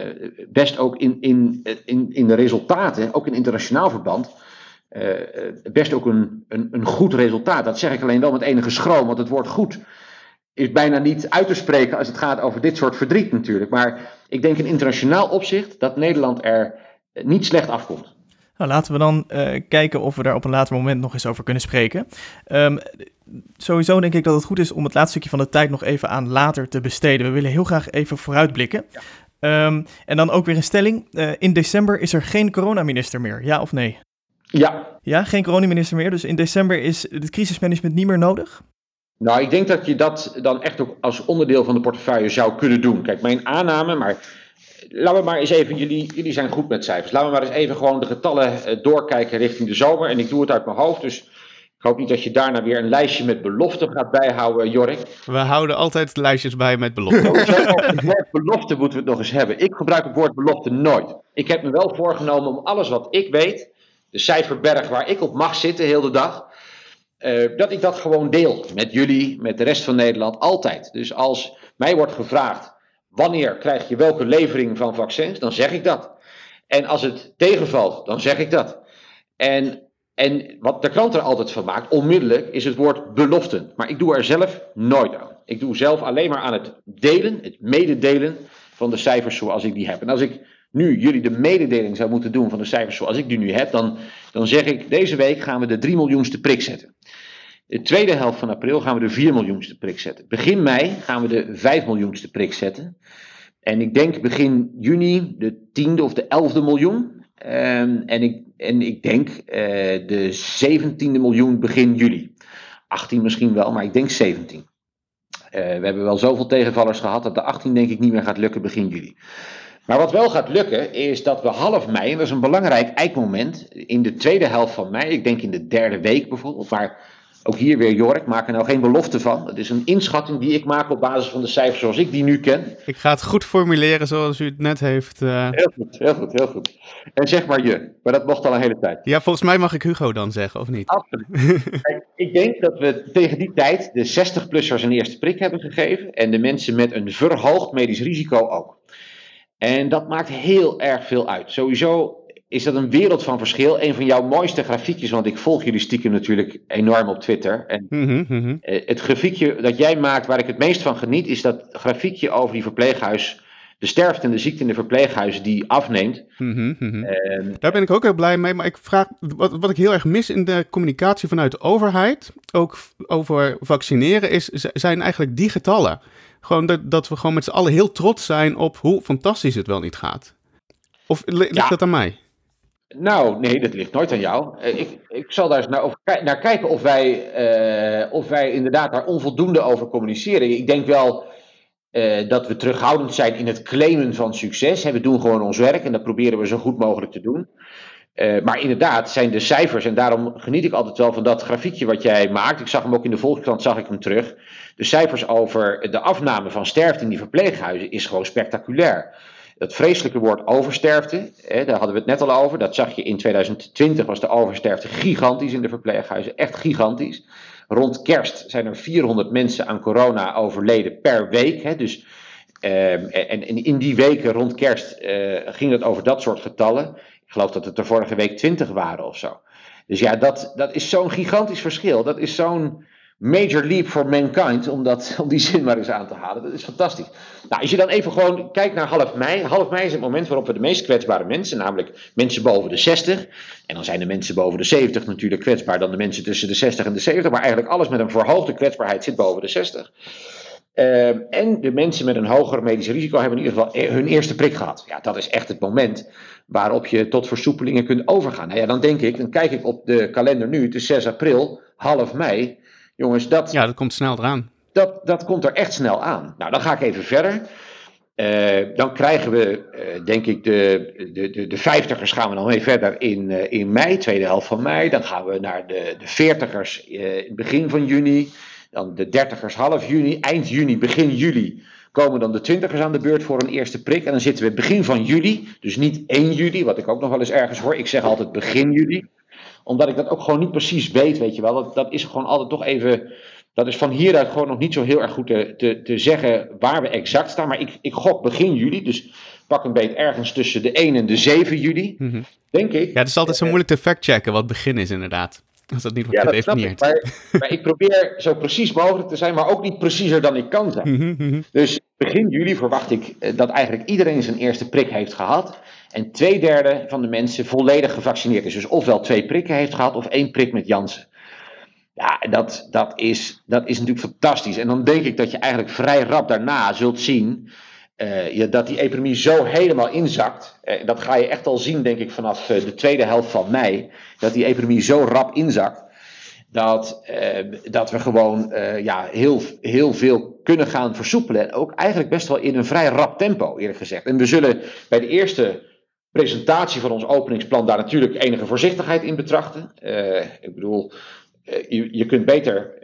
best ook in, in, in, in de resultaten, ook in internationaal verband, Uh, best ook een, een, een goed resultaat. Dat zeg ik alleen wel met enige schroom, want het woord goed is bijna niet uit te spreken als het gaat over dit soort verdriet natuurlijk. Maar ik denk in internationaal opzicht dat Nederland er niet slecht afkomt. Nou, laten we dan uh, kijken of we daar op een later moment nog eens over kunnen spreken. Um, sowieso denk ik dat het goed is om het laatste stukje van de tijd nog even aan later te besteden. We willen heel graag even vooruitblikken. Ja. Um, en dan ook weer een stelling. Uh, in december is er geen coronaminister meer, ja of nee? Ja. Ja, geen coronaminister meer. Dus in december is het crisismanagement niet meer nodig? Nou, ik denk dat je dat dan echt ook als onderdeel van de portefeuille zou kunnen doen. Kijk, mijn aanname, maar laten we maar eens even, jullie, jullie zijn goed met cijfers. Laten we maar eens even gewoon de getallen doorkijken richting de zomer. En ik doe het uit mijn hoofd, dus ik hoop niet dat je daarna weer een lijstje met beloften gaat bijhouden, Jorik. We houden altijd lijstjes bij met beloften. Het woord belofte moeten we het nog eens hebben. Ik gebruik het woord belofte nooit. Ik heb me wel voorgenomen om alles wat ik weet, de cijferberg waar ik op mag zitten heel de dag, uh, dat ik dat gewoon deel met jullie, met de rest van Nederland, altijd. Dus als mij wordt gevraagd, wanneer krijg je welke levering van vaccins, dan zeg ik dat. En als het tegenvalt, dan zeg ik dat. En, en wat de krant er altijd van maakt, onmiddellijk, is het woord beloften. Maar ik doe er zelf nooit aan. Ik doe zelf alleen maar aan het delen, het mededelen van de cijfers zoals ik die heb. En als ik nu jullie de mededeling zou moeten doen van de cijfers zoals ik die nu heb, dan, dan zeg ik, deze week gaan we de drie miljoenste prik zetten. De tweede helft van april gaan we de vier miljoenste prik zetten. Begin mei gaan we de vijf miljoenste prik zetten. En ik denk begin juni de tiende of de elfde miljoen. Um, en, ik, en ik denk uh, de zeventiende miljoen begin juli. achttien misschien wel, maar ik denk zeventien. Uh, we hebben wel zoveel tegenvallers gehad dat de achttien denk ik niet meer gaat lukken begin juli. Maar wat wel gaat lukken is dat we half mei, en dat is een belangrijk eikmoment, in de tweede helft van mei, ik denk in de derde week bijvoorbeeld, maar ook hier weer Jork, maak er nou geen belofte van. Het is een inschatting die ik maak op basis van de cijfers zoals ik die nu ken. Ik ga het goed formuleren zoals u het net heeft. Uh... Heel goed, heel goed, heel goed. En zeg maar je, maar dat mocht al een hele tijd. Ja, volgens mij mag ik Hugo dan zeggen, of niet? Absoluut. Kijk, ik denk dat we tegen die tijd de zestig-plussers een eerste prik hebben gegeven en de mensen met een verhoogd medisch risico ook. En dat maakt heel erg veel uit. Sowieso is dat een wereld van verschil. Een van jouw mooiste grafiekjes, want ik volg jullie stiekem natuurlijk enorm op Twitter. En mm-hmm, mm-hmm. Het grafiekje dat jij maakt, waar ik het meest van geniet, is dat grafiekje over die verpleeghuis, de sterfte en de ziekte in de verpleeghuizen die afneemt. Mm-hmm, mm-hmm. En, Daar ben ik ook heel blij mee, maar ik vraag, wat, wat ik heel erg mis in de communicatie vanuit de overheid, ook over vaccineren, is, zijn eigenlijk die getallen. Gewoon dat, dat we gewoon met z'n allen heel trots zijn op hoe fantastisch het wel niet gaat. Of ligt ja. dat aan mij? Nou, nee, dat ligt nooit aan jou. Ik, ik zal daar eens naar, over, naar kijken of wij, uh, of wij inderdaad daar onvoldoende over communiceren. Ik denk wel uh, dat we terughoudend zijn in het claimen van succes. We doen gewoon ons werk en dat proberen we zo goed mogelijk te doen. Uh, maar inderdaad zijn de cijfers, en daarom geniet ik altijd wel van dat grafiekje wat jij maakt. Ik zag hem ook in de Volkskrant, zag ik hem terug. De cijfers over de afname van sterfte in die verpleeghuizen is gewoon spectaculair. Dat vreselijke woord oversterfte, hè, daar hadden we het net al over. Dat zag je in tweeduizend twintig, was de oversterfte gigantisch in de verpleeghuizen. Echt gigantisch. Rond kerst zijn er vierhonderd mensen aan corona overleden per week. Hè, dus, uh, en, en in die weken rond kerst uh, ging het over dat soort getallen. Ik geloof dat het er vorige week twintig waren of zo. Dus ja, dat, dat is zo'n gigantisch verschil. Dat is zo'n major leap for mankind, om, dat, om die zin maar eens aan te halen. Dat is fantastisch. Nou, als je dan even gewoon kijkt naar half mei. Half mei is het moment waarop we de meest kwetsbare mensen, namelijk mensen boven de zestig. En dan zijn de mensen boven de zeventig natuurlijk kwetsbaar dan de mensen tussen de zestig en de zeventig. Maar eigenlijk alles met een verhoogde kwetsbaarheid zit boven de zestig. Uh, en de mensen met een hoger medisch risico hebben in ieder geval hun eerste prik gehad. Ja, dat is echt het moment waarop je tot versoepelingen kunt overgaan. Nou ja, dan denk ik, dan kijk ik op de kalender nu, het is zes april, half mei. Jongens, dat, ja, dat komt snel eraan. Dat, dat komt er echt snel aan. Nou, dan ga ik even verder. Uh, dan krijgen we, uh, denk ik, de, de, de, de vijftigers gaan we dan mee verder in, uh, in mei, tweede helft van mei. Dan gaan we naar de, de veertigers uh, begin van juni. Dan de dertigers half juni. Eind juni, begin juli komen dan de twintigers aan de beurt voor een eerste prik. En dan zitten we begin van juli, dus niet één juli, wat ik ook nog wel eens ergens hoor. Ik zeg altijd begin juli, omdat ik dat ook gewoon niet precies weet, weet je wel. Dat, dat is gewoon altijd toch even, dat is van hieruit gewoon nog niet zo heel erg goed te, te, te zeggen waar we exact staan. Maar ik, ik gok begin juli, dus pak een beet ergens tussen de één en de zeven juli, mm-hmm. denk ik. Ja, het is altijd zo moeilijk te factchecken wat begin is inderdaad. Als dat niet wordt ja, gedefinieerd. Maar, maar ik probeer zo precies mogelijk te zijn, maar ook niet preciezer dan ik kan zijn. Mm-hmm. Dus begin juli verwacht ik dat eigenlijk iedereen zijn eerste prik heeft gehad. En twee derde van de mensen volledig gevaccineerd is. Dus ofwel twee prikken heeft gehad of één prik met Janssen. Ja, dat, dat, is, dat is natuurlijk fantastisch. En dan denk ik dat je eigenlijk vrij rap daarna zult zien Uh, ja, dat die epidemie zo helemaal inzakt. Uh, dat ga je echt al zien, denk ik, vanaf uh, de tweede helft van mei. Dat die epidemie zo rap inzakt. Dat, uh, dat we gewoon uh, ja, heel, heel veel kunnen gaan versoepelen. En ook eigenlijk best wel in een vrij rap tempo, eerlijk gezegd. En we zullen bij de eerste presentatie van ons openingsplan daar natuurlijk enige voorzichtigheid in betrachten. Uh, ik bedoel, uh, je, je, kunt beter,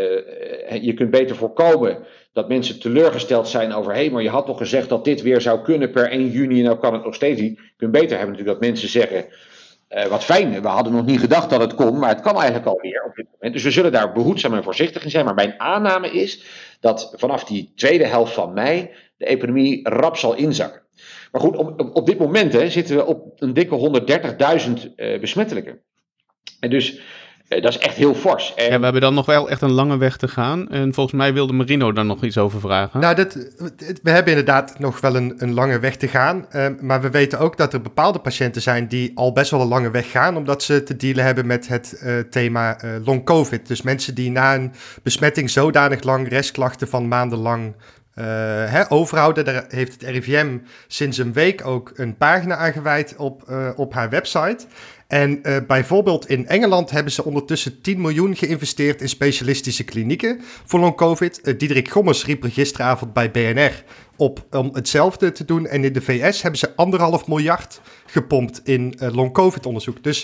uh, je kunt beter voorkomen dat mensen teleurgesteld zijn over, hé, hey, maar je had toch gezegd dat dit weer zou kunnen per één juni en nou kan het nog steeds niet. Je kunt beter hebben natuurlijk dat mensen zeggen, uh, wat fijn, we hadden nog niet gedacht dat het kon, maar het kan eigenlijk alweer op dit moment. Dus we zullen daar behoedzaam en voorzichtig in zijn. Maar mijn aanname is dat vanaf die tweede helft van mei de epidemie rap zal inzakken. Maar goed, op, op, op dit moment hè, zitten we op een dikke honderddertigduizend uh, besmettelijken. En dus Uh, dat is echt heel fors. En ja, we hebben dan nog wel echt een lange weg te gaan. En volgens mij wilde Marino daar nog iets over vragen. Nou, dat, we hebben inderdaad nog wel een, een lange weg te gaan. Uh, maar we weten ook dat er bepaalde patiënten zijn die al best wel een lange weg gaan, omdat ze te dealen hebben met het uh, thema uh, long covid. Dus mensen die na een besmetting zodanig lang restklachten van maandenlang Uh, hè, overhouden. Daar heeft het R I V M sinds een week ook een pagina aan gewijd op, uh, op haar website. En uh, bijvoorbeeld in Engeland hebben ze ondertussen tien miljoen geïnvesteerd in specialistische klinieken voor long covid. Uh, Diederik Gommers riep er gisteravond bij B N R op om hetzelfde te doen. En in de V S hebben ze anderhalf miljard gepompt in uh, long covid onderzoek. Dus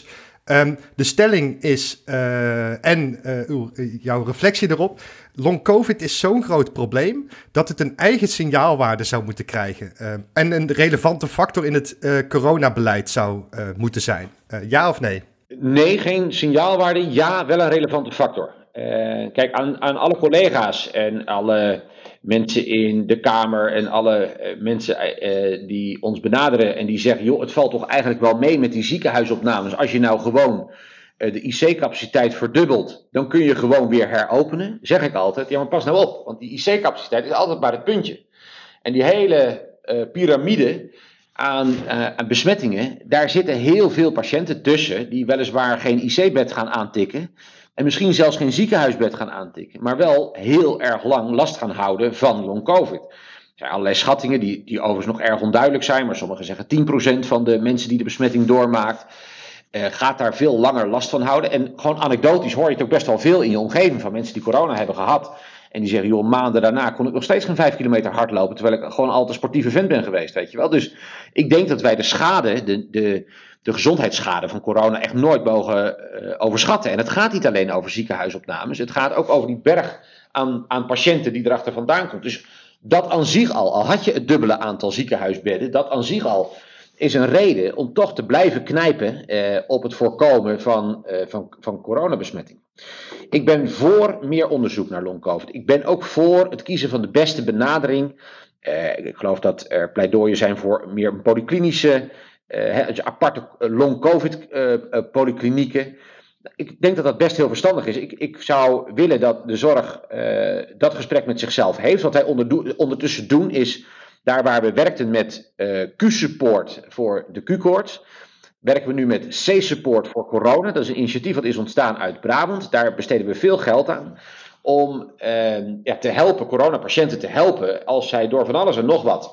Um, de stelling is, uh, en uh, uw, uh, jouw reflectie erop, long-covid is zo'n groot probleem dat het een eigen signaalwaarde zou moeten krijgen. Uh, en een relevante factor in het uh, coronabeleid zou uh, moeten zijn. Uh, ja of nee? Nee, geen signaalwaarde. Ja, wel een relevante factor. Uh, kijk, aan, aan alle collega's en alle mensen in de Kamer en alle uh, mensen uh, die ons benaderen en die zeggen, joh, het valt toch eigenlijk wel mee met die ziekenhuisopnames. Als je nou gewoon uh, de I C-capaciteit verdubbelt, dan kun je gewoon weer heropenen. Zeg ik altijd, ja, maar pas nou op, want die I C-capaciteit is altijd maar het puntje. En die hele uh, piramide aan, uh, aan besmettingen, daar zitten heel veel patiënten tussen die weliswaar geen I C-bed gaan aantikken. En misschien zelfs geen ziekenhuisbed gaan aantikken, maar wel heel erg lang last gaan houden van long-covid. Er zijn allerlei schattingen die, die overigens nog erg onduidelijk zijn, maar sommigen zeggen tien procent van de mensen die de besmetting doormaakt, uh, gaat daar veel langer last van houden. En gewoon anekdotisch hoor je het ook best wel veel in je omgeving van mensen die corona hebben gehad. En die zeggen, joh, maanden daarna kon ik nog steeds geen vijf kilometer hardlopen, terwijl ik gewoon altijd een sportieve vent ben geweest, weet je wel. Dus ik denk dat wij de schade, de... de de gezondheidsschade van corona echt nooit mogen uh, overschatten. En het gaat niet alleen over ziekenhuisopnames. Het gaat ook over die berg aan, aan patiënten die erachter vandaan komt. Dus dat aan zich al, al had je het dubbele aantal ziekenhuisbedden, dat aan zich al is een reden om toch te blijven knijpen uh, op het voorkomen van, uh, van, van coronabesmetting. Ik ben voor meer onderzoek naar long-covid. Ik ben ook voor het kiezen van de beste benadering. Uh, ik geloof dat er pleidooien zijn voor meer een polyklinische Uh, aparte long-covid-polyklinieken. Uh, uh, ik denk dat dat best heel verstandig is. Ik, ik zou willen dat de zorg uh, dat gesprek met zichzelf heeft. Wat wij onderdo- ondertussen doen is, daar waar we werkten met uh, Q-support voor de Q-koorts, werken we nu met C-support voor corona. Dat is een initiatief dat is ontstaan uit Brabant. Daar besteden we veel geld aan om uh, ja, te helpen, coronapatiënten te helpen, als zij door van alles en nog wat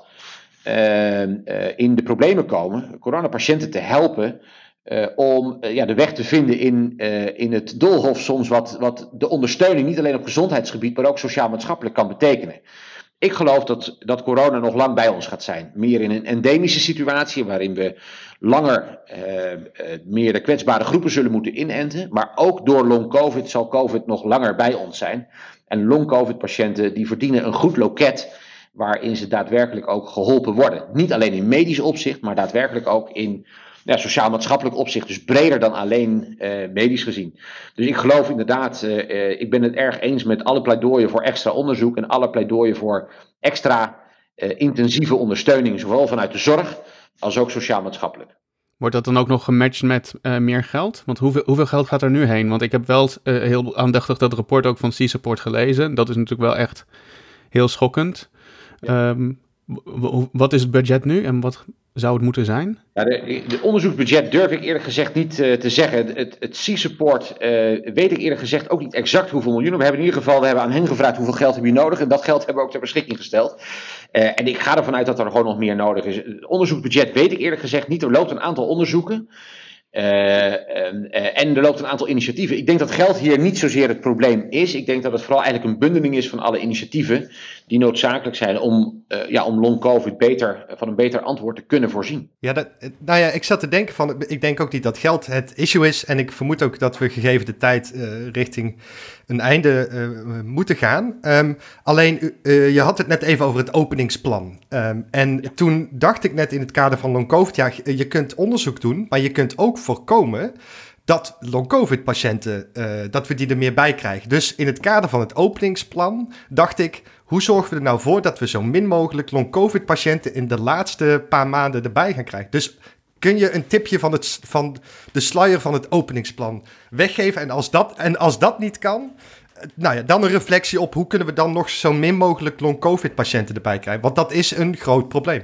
Uh, uh, in de problemen komen, coronapatiënten te helpen uh, om uh, ja, de weg te vinden in, uh, in het doolhof soms wat, wat de ondersteuning niet alleen op gezondheidsgebied, maar ook sociaal-maatschappelijk kan betekenen. Ik geloof dat, dat corona nog lang bij ons gaat zijn. Meer in een endemische situatie waarin we langer uh, uh, meer de kwetsbare groepen zullen moeten inenten, maar ook door long-covid zal covid nog langer bij ons zijn. En long-covid patiënten die verdienen een goed loket waarin ze daadwerkelijk ook geholpen worden. Niet alleen in medisch opzicht, maar daadwerkelijk ook in ja, sociaal-maatschappelijk opzicht. Dus breder dan alleen uh, medisch gezien. Dus ik geloof inderdaad, uh, uh, ik ben het erg eens met alle pleidooien voor extra onderzoek en alle pleidooien voor extra uh, intensieve ondersteuning, zowel vanuit de zorg als ook sociaal-maatschappelijk. Wordt dat dan ook nog gematcht met uh, meer geld? Want hoeveel, hoeveel geld gaat er nu heen? Want ik heb wel uh, heel aandachtig dat rapport ook van C-Support gelezen. Dat is natuurlijk wel echt heel schokkend. Ja. Um, w- wat is het budget nu en wat zou het moeten zijn? Ja, de, de onderzoeksbudget durf ik eerlijk gezegd niet uh, te zeggen. Het, het C-Support uh, weet ik eerlijk gezegd ook niet exact hoeveel miljoenen. We hebben in ieder geval we hebben aan hen gevraagd hoeveel geld heb je nodig. En dat geld hebben we ook ter beschikking gesteld. Uh, en ik ga ervan uit dat er gewoon nog meer nodig is. Het onderzoeksbudget weet ik eerlijk gezegd niet. Er loopt een aantal onderzoeken. Uh, uh, uh, en er loopt een aantal initiatieven. Ik denk dat geld hier niet zozeer het probleem is. Ik denk dat het vooral eigenlijk een bundeling is van alle initiatieven die noodzakelijk zijn om, uh, ja, om long-covid beter, van een beter antwoord te kunnen voorzien. Ja, dat, nou ja, ik zat te denken van, ik denk ook niet dat geld het issue is en ik vermoed ook dat we gegeven de tijd uh, richting een einde uh, moeten gaan. Um, alleen, uh, je had het net even over het openingsplan. Um, en ja. Toen dacht ik net in het kader van long-covid, ja, je kunt onderzoek doen, maar je kunt ook voorkomen dat long-covid-patiënten, uh, dat we die er meer bij krijgen. Dus in het kader van het openingsplan dacht ik, hoe zorgen we er nou voor dat we zo min mogelijk long-covid-patiënten in de laatste paar maanden erbij gaan krijgen? Dus kun je een tipje van, het, van de sluier van het openingsplan weggeven? En als dat, en als dat niet kan, nou ja, dan een reflectie op hoe kunnen we dan nog zo min mogelijk long-covid-patiënten erbij krijgen? Want dat is een groot probleem.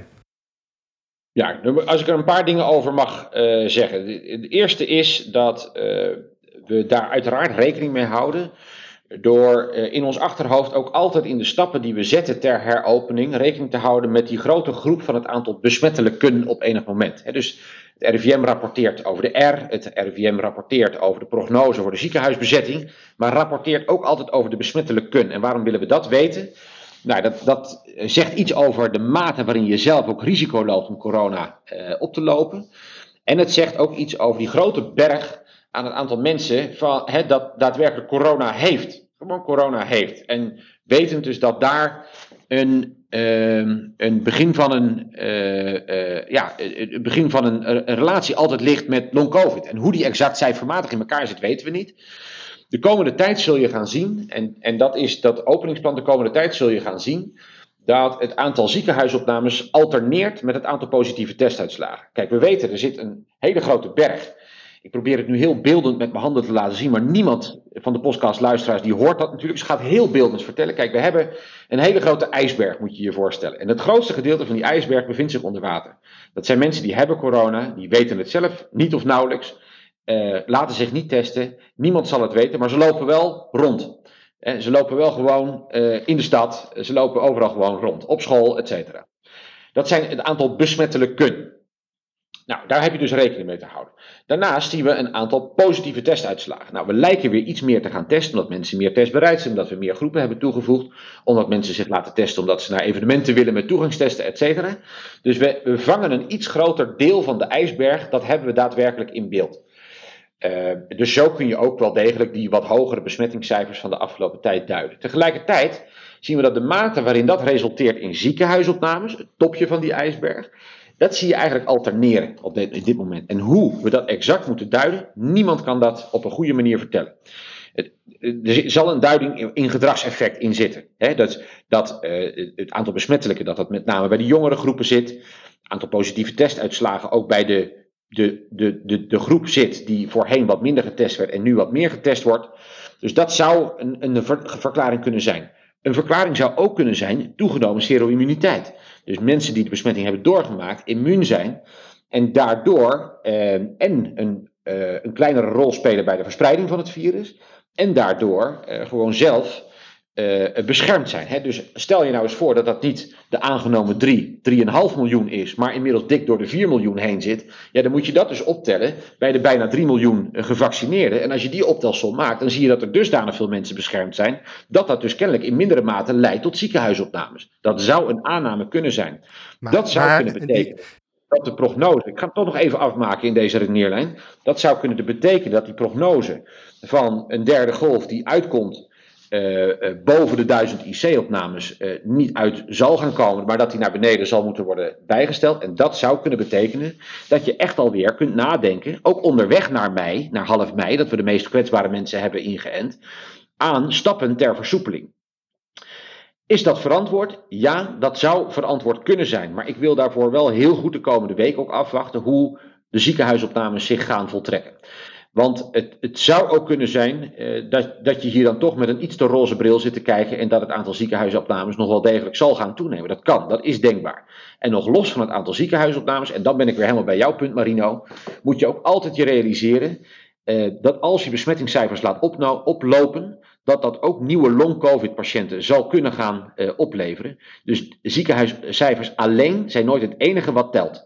Ja, als ik er een paar dingen over mag uh, zeggen. De eerste is dat uh, we daar uiteraard rekening mee houden door uh, in ons achterhoofd ook altijd in de stappen die we zetten ter heropening rekening te houden met die grote groep van het aantal besmettelijken op enig moment. He, dus het R I V M rapporteert over de R, het R I V M rapporteert over de prognose voor de ziekenhuisbezetting, maar rapporteert ook altijd over de besmettelijken. En waarom willen we dat weten? Nou, dat, dat zegt iets over de mate waarin je zelf ook risico loopt om corona uh, op te lopen. En het zegt ook iets over die grote berg aan het aantal mensen van, he, dat daadwerkelijk corona heeft. Gewoon corona heeft. En wetend dus dat daar een, uh, een begin van een, uh, uh, ja, het begin van een, een relatie altijd ligt met long covid. En hoe die exact cijfermatig in elkaar zit, weten we niet. De komende tijd zul je gaan zien, en, en dat is dat openingsplan, de komende tijd zul je gaan zien dat het aantal ziekenhuisopnames alterneert met het aantal positieve testuitslagen. Kijk, we weten, er zit een hele grote berg. Ik probeer het nu heel beeldend met mijn handen te laten zien, maar niemand van de podcastluisteraars die hoort dat natuurlijk. Dus ik ga het heel beeldend vertellen. Kijk, we hebben een hele grote ijsberg, moet je je voorstellen. En het grootste gedeelte van die ijsberg bevindt zich onder water. Dat zijn mensen die hebben corona, die weten het zelf niet of nauwelijks, uh, laten zich niet testen. Niemand zal het weten, maar ze lopen wel rond. Uh, ze lopen wel gewoon uh, in de stad, ze lopen overal gewoon rond, op school, et cetera. Dat zijn het aantal besmettelijken. Nou, daar heb je dus rekening mee te houden. Daarnaast zien we een aantal positieve testuitslagen. Nou, we lijken weer iets meer te gaan testen, omdat mensen meer testbereid zijn, omdat we meer groepen hebben toegevoegd, omdat mensen zich laten testen omdat ze naar evenementen willen met toegangstesten, et cetera. Dus we, we vangen een iets groter deel van de ijsberg, dat hebben we daadwerkelijk in beeld. Uh, dus zo kun je ook wel degelijk die wat hogere besmettingscijfers van de afgelopen tijd duiden. Tegelijkertijd zien we dat de mate waarin dat resulteert in ziekenhuisopnames, het topje van die ijsberg, dat zie je eigenlijk alterneren op dit, op dit moment. En hoe we dat exact moeten duiden, niemand kan dat op een goede manier vertellen. Het, er zal een duiding in gedragseffect in zitten. Hè? Dat, dat uh, het aantal besmettelijken, dat dat met name bij de jongere groepen zit. Het aantal positieve testuitslagen ook bij de, de, de, de, de groep zit die voorheen wat minder getest werd en nu wat meer getest wordt. Dus dat zou een, een ver, verklaring kunnen zijn. Een verklaring zou ook kunnen zijn toegenomen sero-immuniteit. Dus mensen die de besmetting hebben doorgemaakt, immuun zijn en daardoor eh, en een, uh, een kleinere rol spelen bij de verspreiding van het virus en daardoor uh, gewoon zelf uh, beschermd zijn. Hè? Dus stel je nou eens voor dat dat niet de aangenomen drie, drie komma vijf miljoen is, maar inmiddels dik door de vier miljoen heen zit. Ja, dan moet je dat dus optellen bij de bijna drie miljoen gevaccineerden. En als je die optelsom maakt, dan zie je dat er dusdanig veel mensen beschermd zijn, dat dat dus kennelijk in mindere mate leidt tot ziekenhuisopnames. Dat zou een aanname kunnen zijn. Maar, dat zou maar, kunnen betekenen die... dat de prognose, ik ga het toch nog even afmaken in deze redeneerlijn, dat zou kunnen betekenen dat die prognose van een derde golf die uitkomt Uh, uh, boven de duizend I C-opnames uh, niet uit zal gaan komen, maar dat die naar beneden zal moeten worden bijgesteld. En dat zou kunnen betekenen dat je echt alweer kunt nadenken, ook onderweg naar mei, naar half mei, dat we de meest kwetsbare mensen hebben ingeënt, aan stappen ter versoepeling. Is dat verantwoord? Ja, dat zou verantwoord kunnen zijn. Maar ik wil daarvoor wel heel goed de komende week ook afwachten hoe de ziekenhuisopnames zich gaan voltrekken. Want het, het zou ook kunnen zijn uh, dat, dat je hier dan toch met een iets te roze bril zit te kijken en dat het aantal ziekenhuisopnames nog wel degelijk zal gaan toenemen. Dat kan, dat is denkbaar. En nog los van het aantal ziekenhuisopnames, en dan ben ik weer helemaal bij jouw punt, Marino, moet je ook altijd je realiseren uh, dat als je besmettingscijfers laat opno- oplopen, dat dat ook nieuwe long-covid-patiënten zal kunnen gaan uh, opleveren. Dus ziekenhuiscijfers alleen zijn nooit het enige wat telt.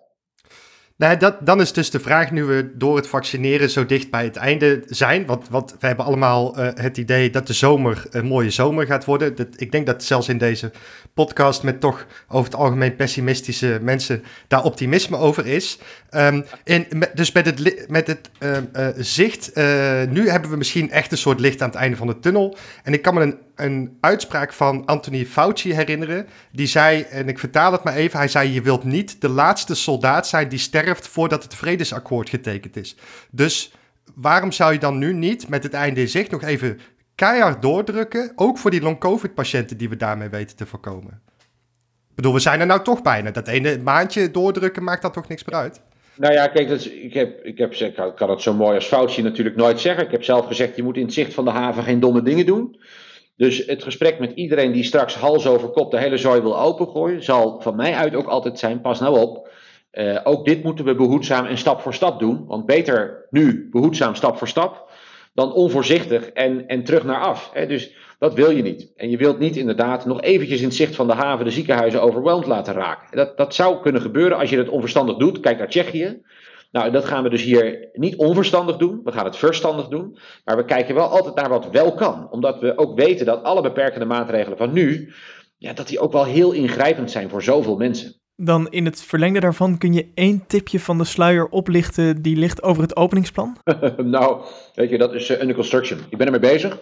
Nou, dat, dan is dus de vraag, nu we door het vaccineren zo dicht bij het einde zijn, want, want we hebben allemaal uh, het idee dat de zomer een mooie zomer gaat worden. Dat, ik denk dat zelfs in deze podcast met toch over het algemeen pessimistische mensen daar optimisme over is. Um, en met, dus met het, met het uh, uh, zicht, uh, nu hebben we misschien echt een soort licht aan het einde van de tunnel. En ik kan me een, een uitspraak van Anthony Fauci herinneren, die zei, en ik vertaal het maar even, hij zei, je wilt niet de laatste soldaat zijn die sterft voordat het vredesakkoord getekend is. Dus waarom zou je dan nu niet met het einde in zicht nog even keihard doordrukken, ook voor die long-covid-patiënten die we daarmee weten te voorkomen? Ik bedoel, we zijn er nou toch bijna. Dat ene maandje doordrukken maakt dan toch niks meer uit? Nou ja, kijk, dat is, ik, heb, ik, heb, ik kan het zo mooi als Fauci natuurlijk nooit zeggen. Ik heb zelf gezegd, je moet in het zicht van de haven geen domme dingen doen. Dus het gesprek met iedereen die straks hals over kop de hele zooi wil opengooien, zal van mij uit ook altijd zijn, pas nou op. Uh, ook dit moeten we behoedzaam en stap voor stap doen. Want beter nu behoedzaam stap voor stap dan onvoorzichtig en, en terug naar af. Hè? Dus dat wil je niet. En je wilt niet inderdaad nog eventjes in het zicht van de haven de ziekenhuizen overweldigd laten raken. Dat, dat zou kunnen gebeuren als je dat onverstandig doet. Kijk naar Tsjechië. Nou, dat gaan we dus hier niet onverstandig doen. We gaan het verstandig doen. Maar we kijken wel altijd naar wat wel kan. Omdat we ook weten dat alle beperkende maatregelen van nu, ja, dat die ook wel heel ingrijpend zijn voor zoveel mensen. Dan in het verlengde daarvan, kun je één tipje van de sluier oplichten die ligt over het openingsplan? Nou, weet je, dat is uh, under construction. Ik ben ermee bezig.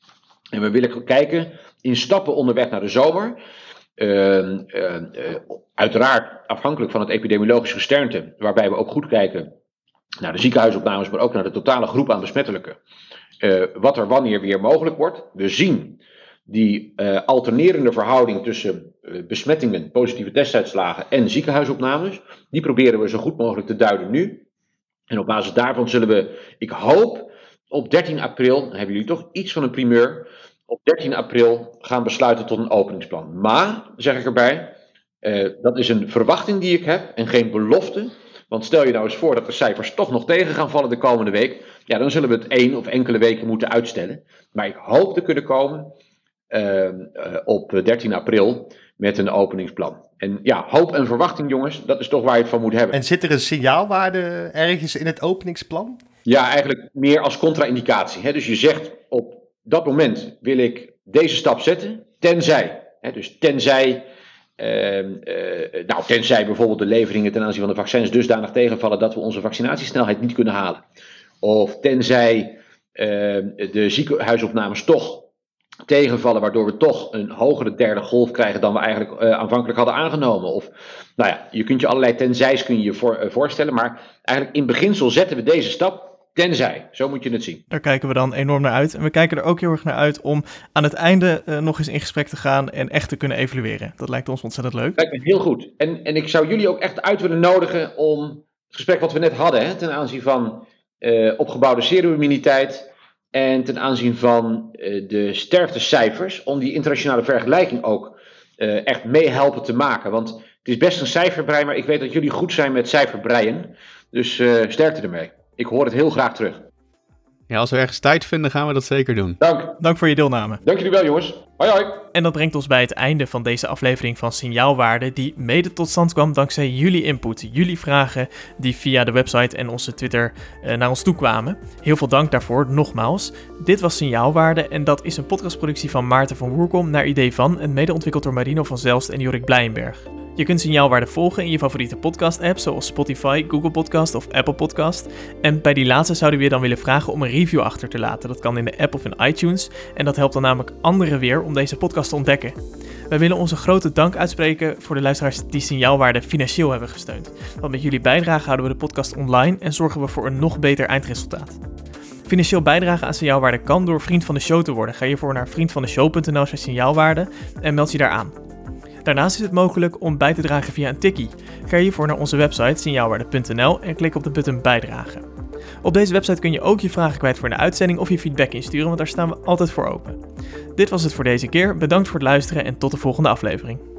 En we willen kijken in stappen onderweg naar de zomer. Uh, uh, uh, uiteraard afhankelijk van het epidemiologisch gesternte, waarbij we ook goed kijken naar de ziekenhuisopnames, maar ook naar de totale groep aan besmettelijken. Uh, wat er wanneer weer mogelijk wordt. We zien die uh, alternerende verhouding tussen uh, besmettingen, positieve testuitslagen en ziekenhuisopnames. Die proberen we zo goed mogelijk te duiden nu. En op basis daarvan zullen we, ik hoop, op dertien april, dan hebben jullie toch iets van een primeur, op dertien april gaan besluiten tot een openingsplan. Maar, zeg ik erbij, uh, dat is een verwachting die ik heb en geen belofte. Want stel je nou eens voor dat de cijfers toch nog tegen gaan vallen de komende week. Ja, dan zullen we het één of enkele weken moeten uitstellen. Maar ik hoop te kunnen komen uh, uh, op dertien april met een openingsplan. En ja, hoop en verwachting, jongens, dat is toch waar je het van moet hebben. En zit er een signaalwaarde ergens in het openingsplan? Ja, eigenlijk meer als contra-indicatie. Hè? Dus je zegt, op dat moment wil ik deze stap zetten, tenzij. Hè? Dus tenzij, uh, uh, nou, tenzij bijvoorbeeld de leveringen ten aanzien van de vaccins dusdanig tegenvallen dat we onze vaccinatiesnelheid niet kunnen halen. Of tenzij uh, de ziekenhuisopnames toch tegenvallen, waardoor we toch een hogere derde golf krijgen dan we eigenlijk uh, aanvankelijk hadden aangenomen. Of, nou ja, je kunt je allerlei tenzijs kun je je voor, uh, voorstellen, maar eigenlijk in beginsel zetten we deze stap tenzij. Zo moet je het zien. Daar kijken we dan enorm naar uit. En we kijken er ook heel erg naar uit om aan het einde uh, nog eens in gesprek te gaan en echt te kunnen evalueren. Dat lijkt ons ontzettend leuk. Lijkt me heel goed. En, en ik zou jullie ook echt uit willen nodigen om het gesprek wat we net hadden, hè, ten aanzien van uh, opgebouwde serum-immuniteit en ten aanzien van uh, de sterftecijfers, om die internationale vergelijking ook uh, echt meehelpen te maken. Want het is best een cijferbrei, maar ik weet dat jullie goed zijn met cijferbreien. Dus uh, sterkte ermee. Ik hoor het heel graag terug. Ja, als we ergens tijd vinden, gaan we dat zeker doen. Dank. Dank voor je deelname. Dank jullie wel, jongens. Hoi, hoi. En dat brengt ons bij het einde van deze aflevering van Signaalwaarde, die mede tot stand kwam dankzij jullie input, jullie vragen die via de website en onze Twitter uh, naar ons toe kwamen. Heel veel dank daarvoor, nogmaals. Dit was Signaalwaarde en dat is een podcastproductie van Maarten van Woerkom naar idee van en mede ontwikkeld door Marino van Zelst en Jorik Blijenberg. Je kunt Signaalwaarde volgen in je favoriete podcast-app zoals Spotify, Google Podcast of Apple Podcast. En bij die laatste zouden we je dan willen vragen om een review achter te laten. Dat kan in de app of in iTunes en dat helpt dan namelijk anderen weer om deze podcast te ontdekken. Wij willen onze grote dank uitspreken voor de luisteraars die Signaalwaarde financieel hebben gesteund. Want met jullie bijdrage houden we de podcast online en zorgen we voor een nog beter eindresultaat. Financieel bijdragen aan Signaalwaarde kan door vriend van de show te worden. Ga hiervoor naar vriendvandeshow punt n l slash signaalwaarde en meld je daar aan. Daarnaast is het mogelijk om bij te dragen via een tikkie. Ga hiervoor naar onze website signaalwaarde punt n l en klik op de button bijdragen. Op deze website kun je ook je vragen kwijt voor de uitzending of je feedback insturen, want daar staan we altijd voor open. Dit was het voor deze keer. Bedankt voor het luisteren en tot de volgende aflevering.